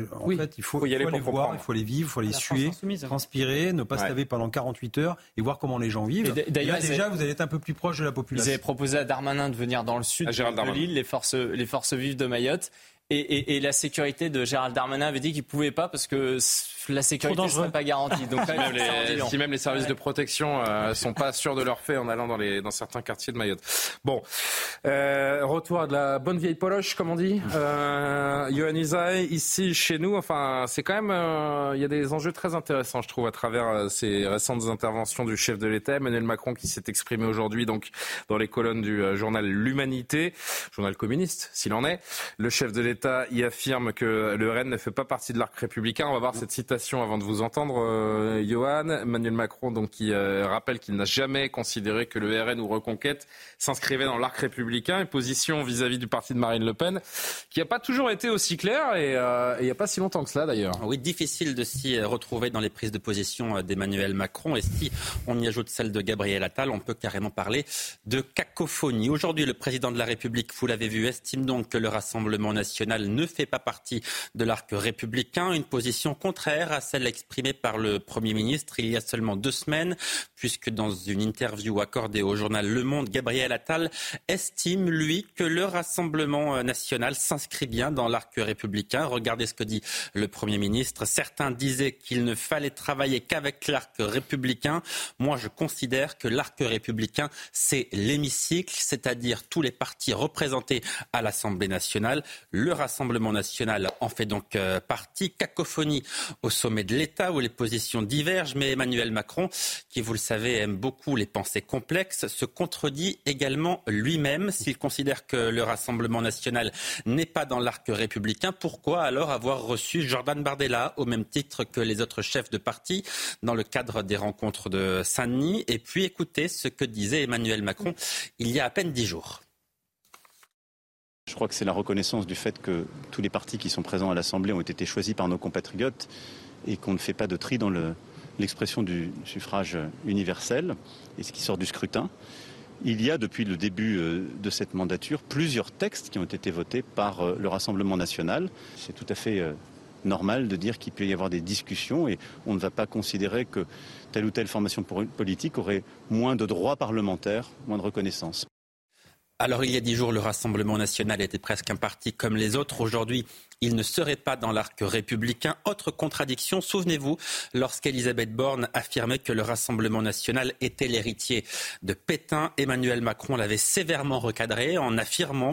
Il faut les voir, il faut les vivre, il faut les suer, transpirer, ne pas se laver pendant 48 heures et voir comment les gens vivent. D'ailleurs, déjà, vous allez être un peu plus proche de la population. Ils avaient proposé à Darmanin de venir dans le sud de l'île, les forces vives de Mayotte. Et la sécurité de Gérald Darmanin avait dit qu'il ne pouvait pas parce que la sécurité ne serait pas garantie. Donc, si même les services de protection ne sont pas sûrs de leur fait en allant dans certains quartiers de Mayotte. Bon, retour à de la bonne vieille poloche, comme on dit. Yohann Usaï, ici chez nous, c'est quand même... Il y a des enjeux très intéressants, je trouve, à travers ces récentes interventions du chef de l'État, Emmanuel Macron, qui s'est exprimé aujourd'hui donc dans les colonnes du journal L'Humanité, journal communiste, s'il en est. Le chef de l'État d'État y affirme que le RN ne fait pas partie de l'arc républicain. On va voir cette citation avant de vous entendre, Johan. Emmanuel Macron, donc, qui rappelle qu'il n'a jamais considéré que le RN ou Reconquête s'inscrivait dans l'arc républicain. Une position vis-à-vis du parti de Marine Le Pen qui n'a pas toujours été aussi claire et il n'y a pas si longtemps que cela d'ailleurs. Oui, difficile de s'y retrouver dans les prises de position d'Emmanuel Macron. Et si on y ajoute celle de Gabriel Attal, on peut carrément parler de cacophonie. Aujourd'hui, le président de la République, vous l'avez vu, estime donc que le Rassemblement national ne fait pas partie de l'arc républicain. Une position contraire à celle exprimée par le Premier ministre il y a seulement 2 semaines, puisque dans une interview accordée au journal Le Monde, Gabriel Attal estime, lui, que le Rassemblement national s'inscrit bien dans l'arc républicain. Regardez ce que dit le Premier ministre. Certains disaient qu'il ne fallait travailler qu'avec l'arc républicain. Moi, je considère que l'arc républicain, c'est l'hémicycle, c'est-à-dire tous les partis représentés à l'Assemblée nationale. Le Rassemblement national en fait donc partie. Cacophonie au sommet de l'État où les positions divergent, mais Emmanuel Macron, qui vous le savez aime beaucoup les pensées complexes, se contredit également lui-même. S'il considère que le Rassemblement national n'est pas dans l'arc républicain, pourquoi alors avoir reçu Jordan Bardella au même titre que les autres chefs de parti dans le cadre des rencontres de Saint-Denis? Et puis écoutez ce que disait Emmanuel Macron il y a à peine 10 jours. Je crois que c'est la reconnaissance du fait que tous les partis qui sont présents à l'Assemblée ont été choisis par nos compatriotes et qu'on ne fait pas de tri dans l'expression du suffrage universel et ce qui sort du scrutin. Il y a depuis le début de cette mandature plusieurs textes qui ont été votés par le Rassemblement national. C'est tout à fait normal de dire qu'il peut y avoir des discussions et on ne va pas considérer que telle ou telle formation politique aurait moins de droits parlementaires, moins de reconnaissance. Alors il y a 10 jours, le Rassemblement national était presque un parti comme les autres. Aujourd'hui, il ne serait pas dans l'arc républicain. Autre contradiction, souvenez-vous, lorsqu'Elisabeth Borne affirmait que le Rassemblement national était l'héritier de Pétain, Emmanuel Macron l'avait sévèrement recadré en affirmant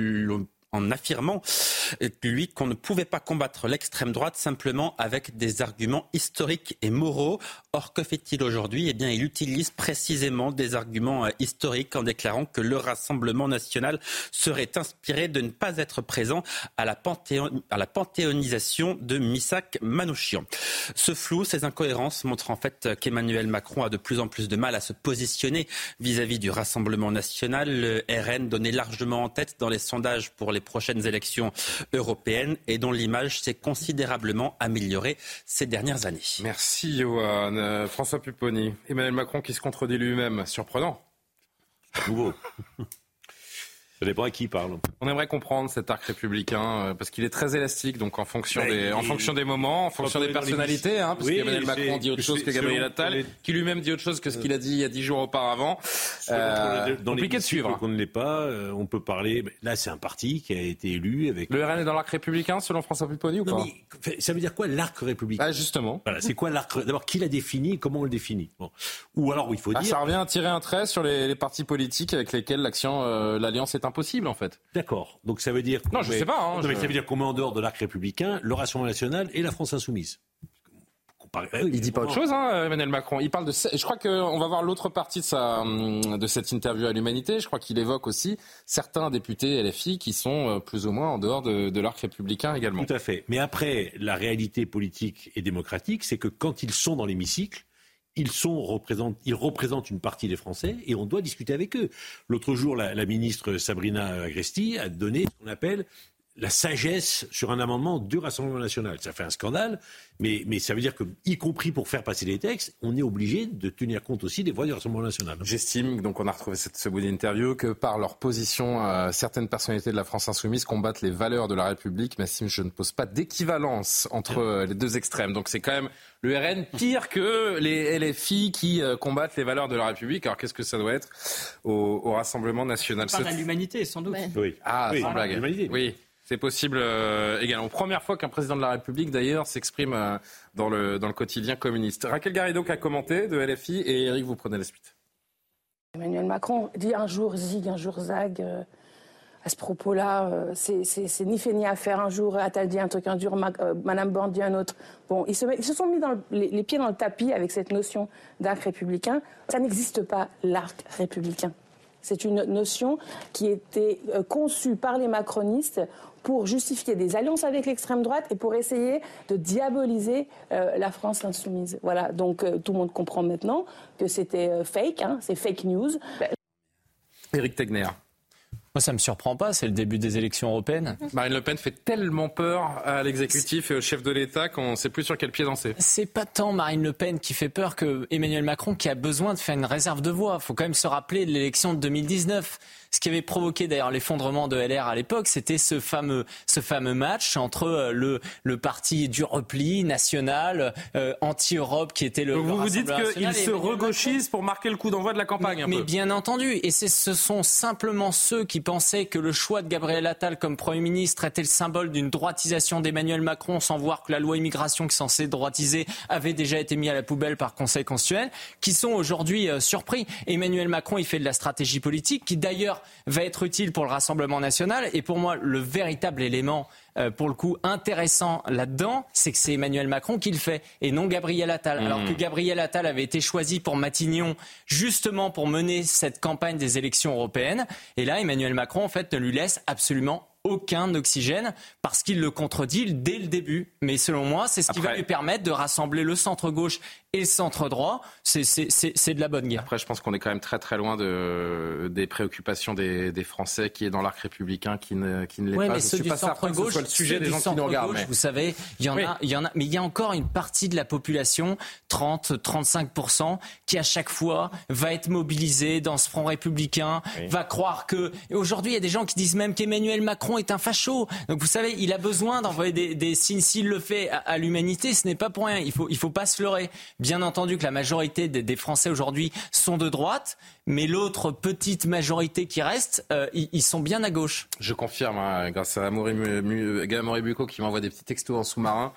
lui qu'on ne pouvait pas combattre l'extrême droite simplement avec des arguments historiques et moraux. Or, que fait-il aujourd'hui ? Eh bien, il utilise précisément des arguments historiques en déclarant que le Rassemblement national serait inspiré de ne pas être présent à la panthéonisation de Missak Manouchian. Ce flou, ces incohérences montrent en fait qu'Emmanuel Macron a de plus en plus de mal à se positionner vis-à-vis du Rassemblement national. Le RN donnait largement en tête dans les sondages pour les prochaines élections européennes et dont l'image s'est considérablement améliorée ces dernières années. Merci Johan. François Pupponi, Emmanuel Macron qui se contredit lui-même, surprenant. Nouveau. Ça dépend à qui il parle. On aimerait comprendre cet arc républicain parce qu'il est très élastique, donc en fonction des moments, en fonction des personnalités, parce qu'Emmanuel Macron dit autre chose que Gabriel Attal, qui lui-même dit autre chose que ce qu'il a dit il y a 10 jours auparavant. Compliqué de suivre. Qu'on ne l'est pas, on peut parler. Là, c'est un parti qui a été élu avec. Le RN est dans l'arc républicain, selon François Pupponi, ou pas ? Ça veut dire quoi l'arc républicain ? Justement. Voilà, c'est quoi l'arc ? D'abord, qui l'a défini et comment on le définit ? Ou alors, il faut dire. Ça revient à tirer un trait sur les partis politiques avec lesquels l'alliance est impossible en fait. D'accord. Donc ça veut dire. Non, je sais pas. Mais ça veut dire qu'on met en dehors de l'arc républicain le Rassemblement national et la France insoumise. Il dit pas autre chose, Emmanuel Macron. Il parle de. Je crois qu'on va voir l'autre partie de cette interview à l'Humanité. Je crois qu'il évoque aussi certains députés LFI qui sont plus ou moins en dehors de l'arc républicain également. Tout à fait. Mais après, la réalité politique et démocratique, c'est que quand ils sont dans l'hémicycle, ils représentent une partie des Français et on doit discuter avec eux. L'autre jour, la ministre Sabrina Agresti a donné ce qu'on appelle la sagesse sur un amendement du Rassemblement national. Ça fait un scandale, mais ça veut dire que, y compris pour faire passer des textes, on est obligé de tenir compte aussi des voix du Rassemblement national. J'estime, donc on a retrouvé ce bout d'interview, que par leur position, certaines personnalités de la France insoumise combattent les valeurs de la République. Mais je ne pose pas d'équivalence entre les deux extrêmes. Donc c'est quand même le RN pire que les LFI qui combattent les valeurs de la République. Alors qu'est-ce que ça doit être au Rassemblement national ? Par l'humanité, sans doute. Oui. Sans blague. L'humanité. Oui. C'est possible également. Première fois qu'un président de la République, d'ailleurs, s'exprime dans le quotidien communiste. Raquel Garrido qui a commenté de LFI et Eric, vous prenez la suite. Emmanuel Macron dit un jour zig, un jour zag. À ce propos-là, c'est ni fait ni à faire. Un jour, Attal dit un truc, un jour, Madame Borne dit un autre. Bon, ils se sont mis les pieds dans le tapis avec cette notion d'arc républicain. Ça n'existe pas, l'arc républicain. C'est une notion qui était conçue par les macronistes pour justifier des alliances avec l'extrême droite et pour essayer de diaboliser la France insoumise. Voilà, donc tout le monde comprend maintenant que c'était fake, c'est fake news. Éric Tegner. Moi, ça ne me surprend pas, c'est le début des élections européennes. Marine Le Pen fait tellement peur à l'exécutif et au chef de l'État qu'on ne sait plus sur quel pied danser. C'est pas tant Marine Le Pen qui fait peur que Emmanuel Macron qui a besoin de faire une réserve de voix. Il faut quand même se rappeler de l'élection de 2019. Ce qui avait provoqué d'ailleurs l'effondrement de LR à l'époque, c'était ce fameux match entre le parti du repli national, anti-Europe qui était le Donc vous Rassemblement dites qu'il se national, regauchise pour marquer le coup d'envoi de la campagne mais bien entendu, et ce sont simplement ceux qui pensaient que le choix de Gabriel Attal comme Premier ministre était le symbole d'une droitisation d'Emmanuel Macron, sans voir que la loi immigration qui est censée droitiser avait déjà été mise à la poubelle par Conseil constitutionnel, qui sont aujourd'hui surpris. Emmanuel Macron, il fait de la stratégie politique qui d'ailleurs va être utile pour le Rassemblement national. Et pour moi, le véritable élément, pour le coup, intéressant là-dedans, c'est que c'est Emmanuel Macron qui le fait et non Gabriel Attal. Alors que Gabriel Attal avait été choisi pour Matignon justement pour mener cette campagne des élections européennes. Et là, Emmanuel Macron, en fait, ne lui laisse absolument aucun oxygène parce qu'il le contredit dès le début. Mais selon moi, c'est ce qui va lui permettre de rassembler le centre-gauche et le centre-droit. C'est de la bonne guerre. Après, je pense qu'on est quand même très très loin des préoccupations des Français qui est dans l'arc républicain, qui ne l'est pas. Mais ceux du centre-gauche, le sujet des gens qui nous regardent. Vous savez, il y en a, mais il y a encore une partie de la population, 30-35%, qui à chaque fois va être mobilisée dans ce front républicain, va croire que... Et aujourd'hui, il y a des gens qui disent même qu'Emmanuel Macron est un facho. Donc vous savez, il a besoin d'envoyer des signes. S'il le fait à l'humanité, ce n'est pas pour rien. Il faut pas se leurrer. Bien entendu que la majorité des Français aujourd'hui sont de droite, mais l'autre petite majorité qui reste, ils sont bien à gauche. Je confirme, grâce à Amaury Bucco qui m'envoie des petits textos en sous-marin,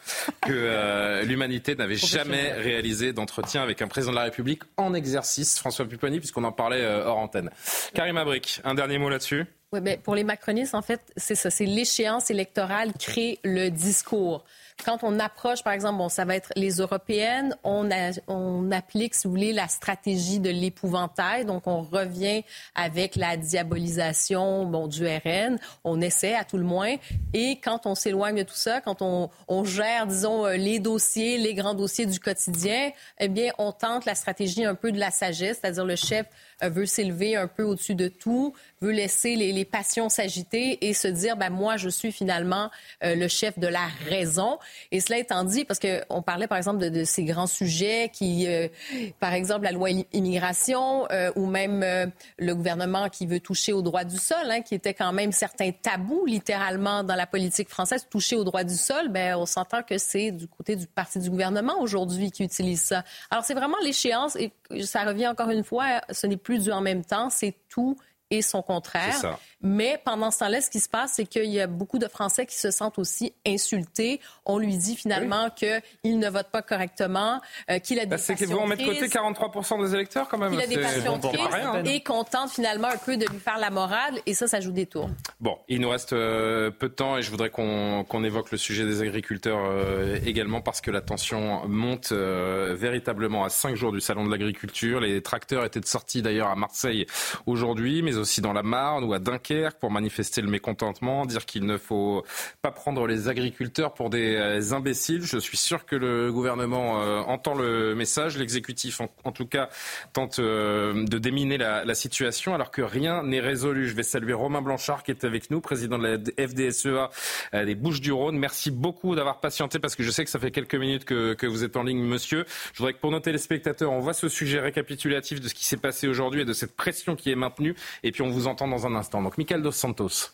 que l'humanité n'avait jamais réalisé d'entretien avec un président de la République en exercice, François Pupponi, puisqu'on en parlait hors antenne. Karim Abric, un dernier mot là-dessus ? Oui, mais pour les macronistes, en fait, c'est ça. C'est l'échéance électorale qui crée le discours. Quand on approche, par exemple, ça va être les européennes, on applique, si vous voulez, la stratégie de l'épouvantail. Donc, on revient avec la diabolisation du RN. On essaie, à tout le moins. Et quand on s'éloigne de tout ça, quand on gère, disons, les dossiers, les grands dossiers du quotidien, eh bien, on tente la stratégie un peu de la sagesse, c'est-à-dire le chef veut s'élever un peu au-dessus de tout, veut laisser les passions s'agiter et se dire, moi, je suis finalement le chef de la raison. Et cela étant dit, parce qu'on parlait, par exemple, de ces grands sujets qui, par exemple, la loi immigration ou même le gouvernement qui veut toucher au droit du sol, qui était quand même certains tabous, littéralement, dans la politique française, toucher au droit du sol, on s'entend que c'est du côté du parti du gouvernement aujourd'hui qui utilise ça. Alors, c'est vraiment l'échéance et ça revient encore une fois, ce n'est plus du en même temps, c'est tout et son contraire. C'est ça. Mais pendant ce temps-là, ce qui se passe, c'est qu'il y a beaucoup de Français qui se sentent aussi insultés. On lui dit finalement qu'il ne vote pas correctement, qu'il a des passions c'est qu'ils vont mettre de côté 43% des électeurs quand même. Il a des passions tristes et qu'on tente finalement un peu de lui faire la morale. Et ça joue des tours. Bon, il nous reste peu de temps et je voudrais qu'on évoque le sujet des agriculteurs également parce que la tension monte véritablement à 5 jours du Salon de l'agriculture. Les tracteurs étaient sortis d'ailleurs à Marseille aujourd'hui, mais aussi dans la Marne ou à Dunkerque pour manifester le mécontentement, dire qu'il ne faut pas prendre les agriculteurs pour des imbéciles. Je suis sûr que le gouvernement entend le message. L'exécutif, en tout cas, tente de déminer la situation alors que rien n'est résolu. Je vais saluer Romain Blanchard qui est avec nous, président de la FDSEA des Bouches-du-Rhône. Merci beaucoup d'avoir patienté parce que je sais que ça fait quelques minutes que vous êtes en ligne, monsieur. Je voudrais que pour nos téléspectateurs, on voit ce sujet récapitulatif de ce qui s'est passé aujourd'hui et de cette pression qui est maintenue. Et puis on vous entend dans un instant. Donc Michael Dos Santos.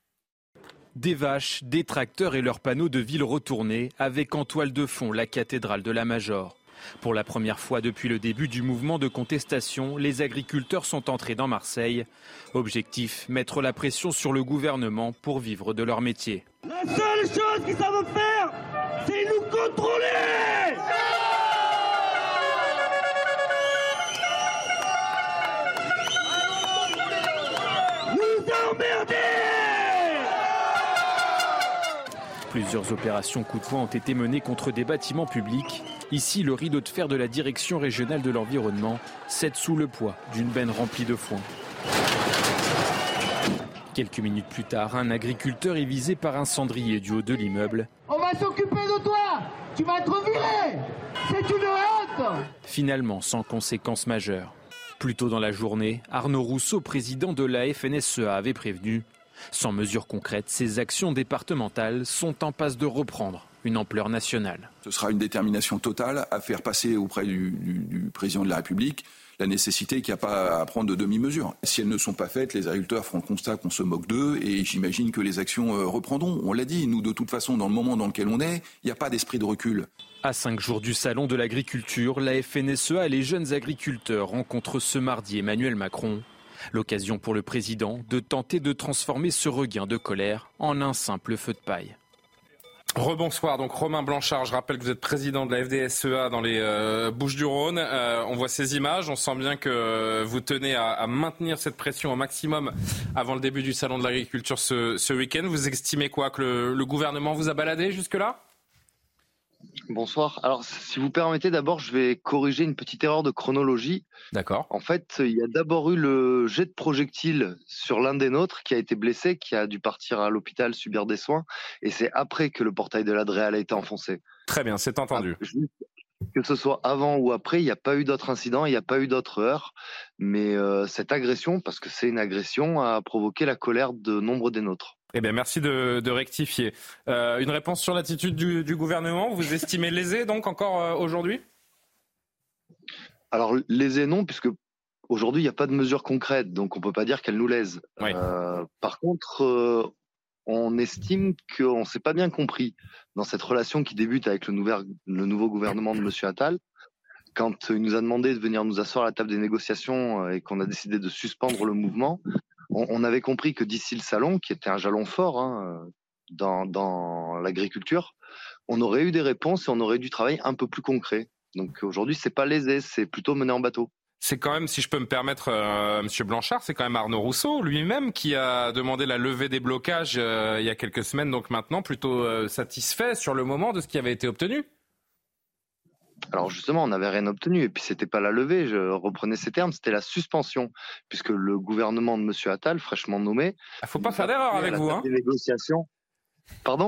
Des vaches, des tracteurs et leurs panneaux de ville retournés avec en toile de fond la cathédrale de la Major. Pour la première fois depuis le début du mouvement de contestation, les agriculteurs sont entrés dans Marseille. Objectif, mettre la pression sur le gouvernement pour vivre de leur métier. La seule chose qu'ils savent faire, c'est nous contrôler! Plusieurs opérations coup de poing ont été menées contre des bâtiments publics. Ici, le rideau de fer de la direction régionale de l'environnement cède sous le poids d'une benne remplie de foin. Quelques minutes plus tard, un agriculteur est visé par un cendrier du haut de l'immeuble. On va s'occuper de toi. Tu vas être viré. C'est une honte. Finalement, sans conséquences majeures. Plus tôt dans la journée, Arnaud Rousseau, président de la FNSEA, avait prévenu. Sans mesures concrètes, ces actions départementales sont en passe de reprendre une ampleur nationale. Ce sera une détermination totale à faire passer auprès du président de la République la nécessité qu'il n'y a pas à prendre de demi-mesures. Si elles ne sont pas faites, les agriculteurs feront le constat qu'on se moque d'eux et j'imagine que les actions reprendront. On l'a dit, nous de toute façon, dans le moment dans lequel on est, il n'y a pas d'esprit de recul. À 5 jours du salon de l'agriculture, la FNSEA et les jeunes agriculteurs rencontrent ce mardi Emmanuel Macron. L'occasion pour le président de tenter de transformer ce regain de colère en un simple feu de paille. Rebonsoir, donc Romain Blanchard, je rappelle que vous êtes président de la FDSEA dans les Bouches-du-Rhône. On voit ces images, on sent bien que vous tenez à maintenir cette pression au maximum avant le début du salon de l'agriculture ce week-end. Vous estimez quoi, que le gouvernement vous a baladé jusque-là ? Bonsoir. Alors, si vous permettez, d'abord, je vais corriger une petite erreur de chronologie. D'accord. En fait, il y a d'abord eu le jet de projectile sur l'un des nôtres qui a été blessé, qui a dû partir à l'hôpital subir des soins. Et c'est après que le portail de l'Adréal a été enfoncé. Très bien, c'est entendu. Que ce soit avant ou après, il n'y a pas eu d'autres incidents, il n'y a pas eu d'autres heurts. Mais cette agression, parce que c'est une agression, a provoqué la colère de nombre des nôtres. Eh bien, merci de rectifier. Une réponse sur l'attitude du gouvernement, vous estimez lésé donc encore aujourd'hui ? Alors lésé non, puisque aujourd'hui il n'y a pas de mesures concrètes, donc on ne peut pas dire qu'elles nous lèsent. Oui. Par contre, on estime qu'on ne s'est pas bien compris dans cette relation qui débute avec le nouveau gouvernement de M. Attal. Quand il nous a demandé de venir nous asseoir à la table des négociations et qu'on a décidé de suspendre le mouvement, on avait compris que d'ici le salon, qui était un jalon fort dans l'agriculture, on aurait eu des réponses et on aurait eu du travail un peu plus concret. Donc aujourd'hui, c'est pas lésé, c'est plutôt mené en bateau. C'est quand même, si je peux me permettre, Monsieur Blanchard, c'est quand même Arnaud Rousseau lui-même qui a demandé la levée des blocages il y a quelques semaines, donc maintenant plutôt satisfait sur le moment de ce qui avait été obtenu. Alors justement, on n'avait rien obtenu, et puis c'était pas la levée, je reprenais ces termes, c'était la suspension, puisque le gouvernement de M. Attal, fraîchement nommé... Il faut pas faire d'erreur avec vous, hein. Des négociations. Pardon ?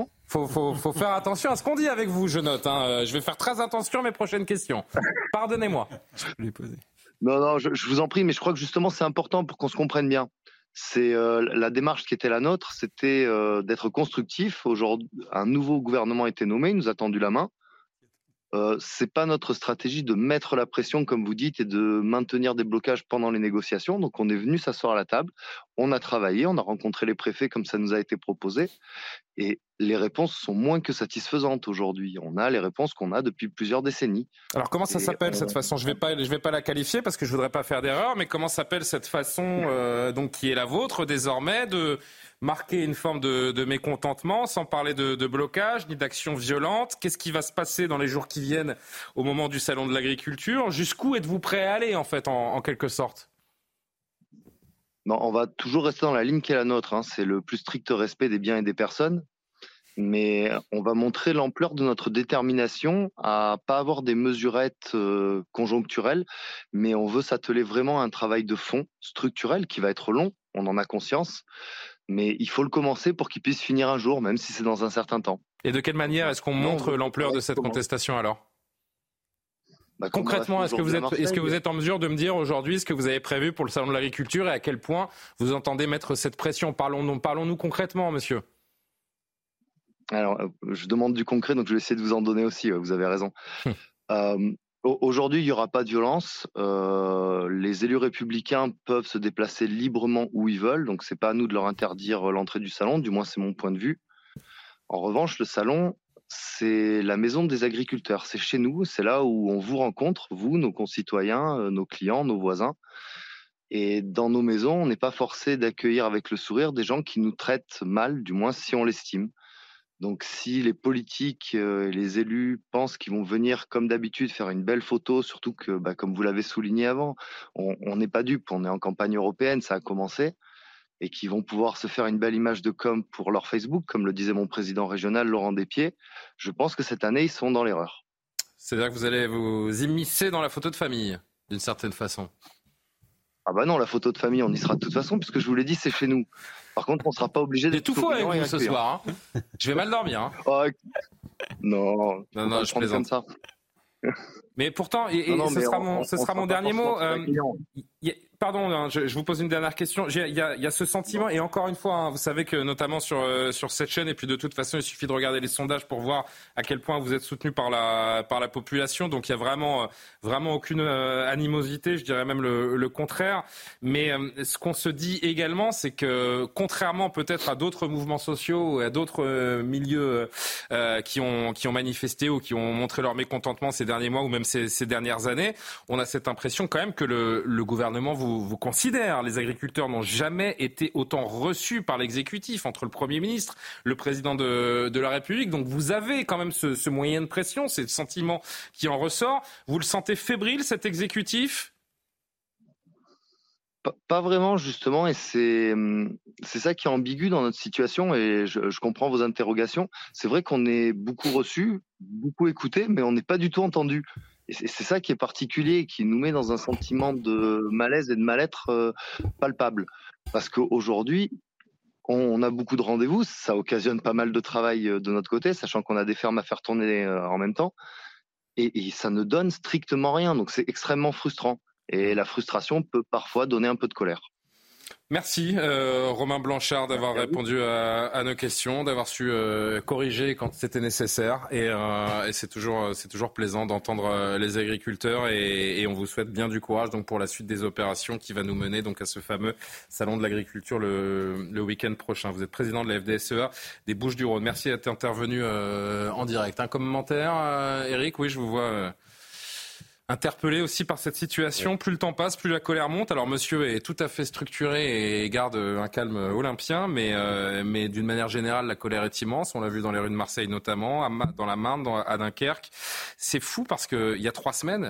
Faut faire attention à ce qu'on dit avec vous, je note. Je vais faire très attention à mes prochaines questions. Pardonnez-moi. Je peux les poser. Non, je vous en prie, mais je crois que justement c'est important pour qu'on se comprenne bien. C'est la démarche qui était la nôtre, c'était d'être constructif. Aujourd'hui, un nouveau gouvernement a été nommé, il nous a tendu la main. C'est pas notre stratégie de mettre la pression, comme vous dites, et de maintenir des blocages pendant les négociations. Donc, on est venu s'asseoir à la table, on a travaillé, on a rencontré les préfets comme ça nous a été proposé, et les réponses sont moins que satisfaisantes aujourd'hui. On a les réponses qu'on a depuis plusieurs décennies. Alors, comment ça s'appelle cette façon ? Je vais pas la qualifier parce que je voudrais pas faire d'erreur, mais comment s'appelle cette façon donc qui est la vôtre désormais de marquer une forme de mécontentement, sans parler de blocage ni d'action violente? Qu'est-ce qui va se passer dans les jours qui viennent au moment du salon de l'agriculture? Jusqu'où êtes-vous prêt à aller, en fait, en quelque sorte? Non, on va toujours rester dans la ligne qui est la nôtre. C'est le plus strict respect des biens et des personnes. Mais on va montrer l'ampleur de notre détermination à pas avoir des mesurettes conjoncturelles, mais on veut s'atteler vraiment à un travail de fond, structurel, qui va être long, on en a conscience. Mais il faut le commencer pour qu'il puisse finir un jour, même si c'est dans un certain temps. Et de quelle manière est-ce qu'on montre l'ampleur de cette contestation alors ? Concrètement, est-ce que vous êtes en mesure de me dire aujourd'hui ce que vous avez prévu pour le salon de l'agriculture et à quel point vous entendez mettre cette pression ? Parlons-nous concrètement, monsieur. Alors, je demande du concret, donc je vais essayer de vous en donner aussi, vous avez raison. Aujourd'hui, il n'y aura pas de violence. Les élus républicains peuvent se déplacer librement où ils veulent, donc ce n'est pas à nous de leur interdire l'entrée du salon, du moins c'est mon point de vue. En revanche, le salon, c'est la maison des agriculteurs. C'est chez nous, c'est là où on vous rencontre, vous, nos concitoyens, nos clients, nos voisins. Et dans nos maisons, on n'est pas forcé d'accueillir avec le sourire des gens qui nous traitent mal, du moins si on l'estime. Donc si les politiques et les élus pensent qu'ils vont venir comme d'habitude faire une belle photo, surtout que, comme vous l'avez souligné avant, on n'est pas dupes, on est en campagne européenne, ça a commencé, et qu'ils vont pouvoir se faire une belle image de com pour leur Facebook, comme le disait mon président régional Laurent Despiez, je pense que cette année, ils sont dans l'erreur. C'est-à-dire que vous allez vous immiscer dans la photo de famille, d'une certaine façon. Ah bah non, la photo de famille, on y sera de toute façon, puisque je vous l'ai dit, c'est chez nous. Par contre, on ne sera pas obligé d'être tout faux avec vous ce soir. Hein. Je vais mal dormir. Hein. Oh, non, je plaisante. Comme ça. Mais pourtant, ce sera mon dernier mot. Pardon, je vous pose une dernière question. Il y a ce sentiment, et encore une fois, vous savez que notamment sur cette chaîne, et puis de toute façon, il suffit de regarder les sondages pour voir à quel point vous êtes soutenu par la population. Donc il y a vraiment aucune animosité, je dirais même le contraire. Mais ce qu'on se dit également, c'est que contrairement peut-être à d'autres mouvements sociaux et à d'autres milieux qui ont manifesté ou qui ont montré leur mécontentement ces derniers mois ou même ces dernières années, on a cette impression quand même que le gouvernement vous considère. Les agriculteurs n'ont jamais été autant reçus par l'exécutif, entre le Premier ministre, le Président de la République. Donc vous avez quand même ce moyen de pression, c'est le sentiment qui en ressort. Vous le sentez fébrile, cet exécutif ? Pas vraiment, justement, et c'est ça qui est ambigu dans notre situation, et je comprends vos interrogations. C'est vrai qu'on est beaucoup reçus, beaucoup écoutés, mais on n'est pas du tout entendus. Et c'est ça qui est particulier, qui nous met dans un sentiment de malaise et de mal-être palpable. Parce qu'aujourd'hui, on a beaucoup de rendez-vous, ça occasionne pas mal de travail de notre côté, sachant qu'on a des fermes à faire tourner en même temps, et ça ne donne strictement rien, donc c'est extrêmement frustrant. Et la frustration peut parfois donner un peu de colère. Merci Romain Blanchard d'avoir répondu à nos questions, d'avoir su corriger quand c'était nécessaire. Et c'est toujours plaisant d'entendre les agriculteurs et on vous souhaite bien du courage donc pour la suite des opérations qui va nous mener donc à ce fameux salon de l'agriculture le week-end prochain. Vous êtes président de la FDSEA des Bouches-du-Rhône. Merci d'être intervenu en direct. Un commentaire, Eric? Oui, je vous vois... interpellé aussi par cette situation. Plus le temps passe, plus la colère monte. Alors monsieur est tout à fait structuré et garde un calme olympien, mais d'une manière générale, la colère est immense. On l'a vu dans les rues de Marseille notamment, dans la Marne, à Dunkerque. C'est fou parce qu'il y a 3 semaines,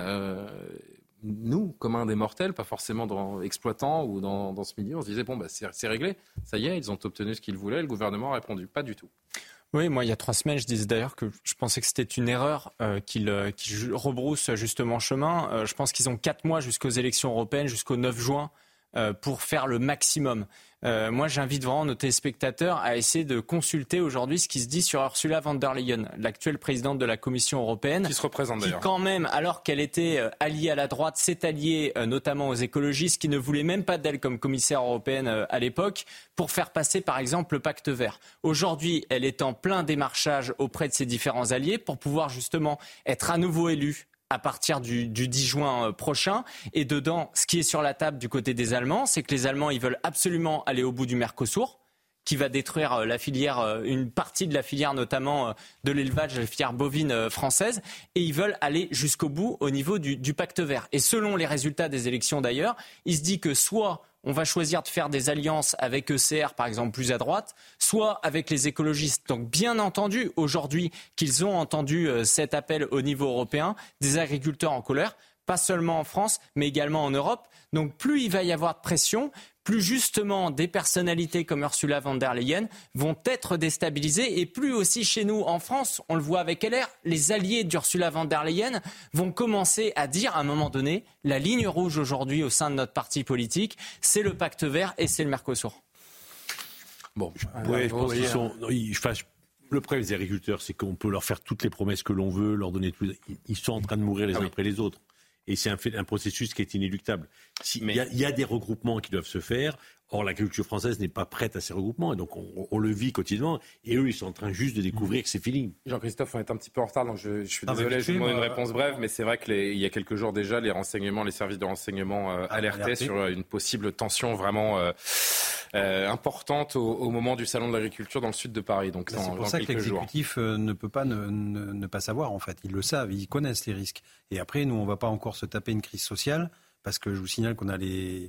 nous, communs des mortels, pas forcément exploitants ou dans ce milieu, on se disait bon, c'est réglé. Ça y est, ils ont obtenu ce qu'ils voulaient. Le gouvernement a répondu. Pas du tout. Oui, moi, il y a 3 semaines, je disais d'ailleurs que je pensais que c'était une erreur qu'ils rebroussent justement chemin. Je pense qu'ils ont 4 mois jusqu'aux élections européennes, jusqu'au 9 juin, pour faire le maximum. Moi, j'invite vraiment nos téléspectateurs à essayer de consulter aujourd'hui ce qui se dit sur Ursula von der Leyen, l'actuelle présidente de la Commission européenne. Qui se représente d'ailleurs. Qui, quand même, alors qu'elle était alliée à la droite, s'est alliée notamment aux écologistes qui ne voulaient même pas d'elle comme commissaire européenne à l'époque pour faire passer, par exemple, le pacte vert. Aujourd'hui, elle est en plein démarchage auprès de ses différents alliés pour pouvoir justement être à nouveau élue à partir du 10 juin prochain. Et dedans, ce qui est sur la table du côté des Allemands, c'est que les Allemands, ils veulent absolument aller au bout du Mercosur, qui va détruire la filière, une partie de la filière notamment de l'élevage, la filière bovine française, et ils veulent aller jusqu'au bout au niveau du pacte vert. Et selon les résultats des élections d'ailleurs, il se dit que soit on va choisir de faire des alliances avec ECR, par exemple, plus à droite, soit avec les écologistes. Donc, bien entendu, aujourd'hui, qu'ils ont entendu cet appel au niveau européen, des agriculteurs en colère, pas seulement en France, mais également en Europe. Donc, plus il va y avoir de pression, plus justement des personnalités comme Ursula von der Leyen vont être déstabilisées, et plus aussi chez nous en France, on le voit avec LR, les alliés d'Ursula von der Leyen vont commencer à dire à un moment donné, la ligne rouge aujourd'hui au sein de notre parti politique, c'est le pacte vert et c'est le Mercosur. Bon, je pense qu'ils sont... Le problème des agriculteurs, c'est qu'on peut leur faire toutes les promesses que l'on veut, leur donner tout. Ils sont en train de mourir les uns après les autres. Et c'est un processus qui est inéluctable. Il y a des regroupements qui doivent se faire. Or, l'agriculture française n'est pas prête à ces regroupements. Et donc, on le vit quotidiennement. Et eux, ils sont en train juste de découvrir que c'est fini. Jean-Christophe, on est un petit peu en retard, donc je suis désolé, je vous demande une réponse brève. Mais c'est vrai qu'il y a quelques jours déjà, les services de renseignement alertaient sur une possible tension vraiment importante au moment du salon de l'agriculture dans le sud de Paris. Donc, c'est pour ça que l'exécutif ne peut pas ne pas savoir, en fait. Ils le savent, ils connaissent les risques. Et après, nous, on ne va pas encore se taper une crise sociale, parce que je vous signale qu'on a les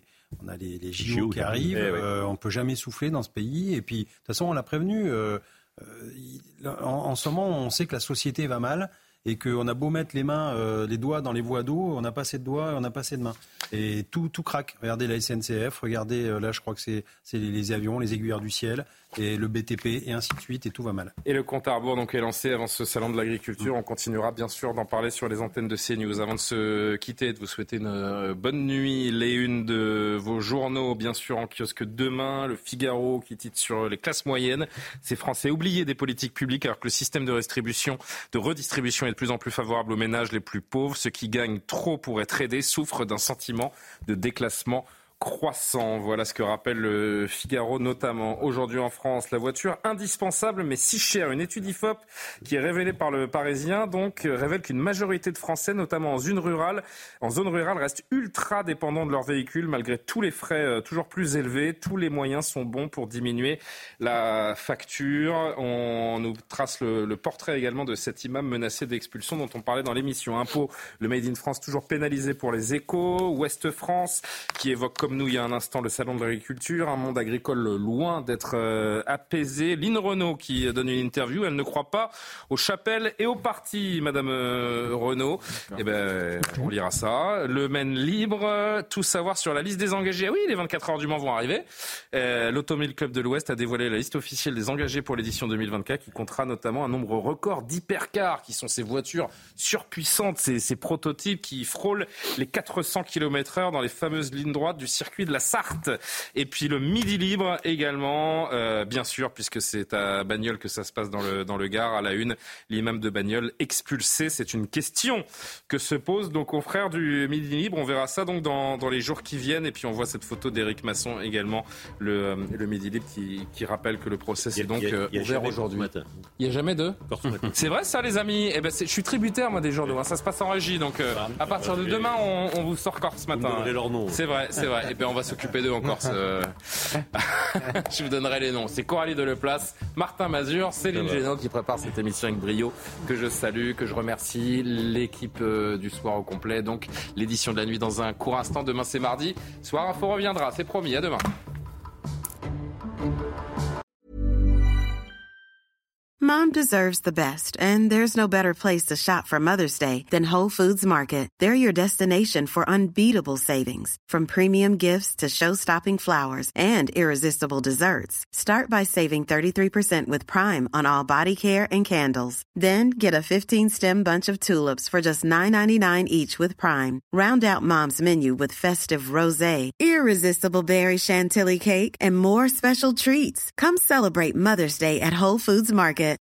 JO qui arrivent. On ne peut jamais souffler dans ce pays. Et puis, de toute façon, on l'a prévenu. En ce moment, on sait que la société va mal. et qu'on a beau mettre les doigts dans les voies d'eau, on n'a pas assez de doigts, on n'a pas assez de mains. Et tout craque. Regardez la SNCF, regardez là je crois que c'est les avions, les aiguilleurs du ciel, et le BTP, et ainsi de suite, et tout va mal. Et le compte à rebours donc est lancé avant ce salon de l'agriculture. On continuera bien sûr d'en parler sur les antennes de CNews. Avant de se quitter, de vous souhaiter une bonne nuit. Les unes de vos journaux, bien sûr, en kiosque demain. Le Figaro qui titre sur les classes moyennes. Ces Français oubliés des politiques publiques alors que le système de redistribution est de plus en plus favorable aux ménages les plus pauvres. Ceux qui gagnent trop pour être aidés souffrent d'un sentiment de déclassement croissant. Voilà ce que rappelle le Figaro, notamment aujourd'hui en France. La voiture indispensable mais si chère. Une étude IFOP qui est révélée par le Parisien révèle qu'une majorité de Français, notamment en zone rurale, restent ultra dépendants de leur véhicule malgré tous les frais toujours plus élevés. Tous les moyens sont bons pour diminuer la facture. On nous trace le portrait également de cet imam menacé d'expulsion dont on parlait dans l'émission. Impôt, le Made in France toujours pénalisé pour les échos. Ouest France qui évoque comme nous il y a un instant le salon de l'agriculture, un monde agricole loin d'être apaisé. Lynn Renaud qui donne une interview, elle ne croit pas aux chapelles et aux partis, Madame Renaud. Eh ben, on lira ça. Le Maine libre, tout savoir sur la liste des engagés. Ah oui, les 24 heures du Mans vont arriver. L'Automobile Club de l'Ouest a dévoilé la liste officielle des engagés pour l'édition 2024 qui comptera notamment un nombre record d'hypercars qui sont ces voitures surpuissantes, ces prototypes qui frôlent les 400 km/h dans les fameuses lignes droites du circuit de la Sarthe. Et puis le Midi Libre également, bien sûr, puisque c'est à Bagnols que ça se passe dans le Gard, à la une, l'imam de Bagnols expulsé. C'est une question que se posent nos confrères du Midi Libre. On verra ça donc dans les jours qui viennent. Et puis on voit cette photo d'Éric Masson également, le Midi Libre qui rappelle que le procès est donc ouvert aujourd'hui. Il n'y a jamais de C'est vrai ça les amis. Eh ben, je suis tributaire moi des journaux. Ça se passe en régie. Donc à partir de demain, on vous sort Corse ce matin. Vous me donnerez leur nom. C'est vrai. Et bien on va s'occuper d'eux en Corse. Je vous donnerai les noms. C'est Coralie Deleplace, Martin Mazur, Céline Génaud qui prépare cette émission avec brio, que je salue, que je remercie. L'équipe du soir au complet. Donc l'édition de la nuit dans un court instant. Demain c'est mardi. Soir Info reviendra, c'est promis. À demain. Mom deserves the best, and there's no better place to shop for Mother's Day than Whole Foods Market. They're your destination for unbeatable savings, from premium gifts to show-stopping flowers and irresistible desserts. Start by saving 33% with Prime on all body care and candles. Then get a 15-stem bunch of tulips for just $9.99 each with Prime. Round out Mom's menu with festive rosé, irresistible berry chantilly cake, and more special treats. Come celebrate Mother's Day at Whole Foods Market.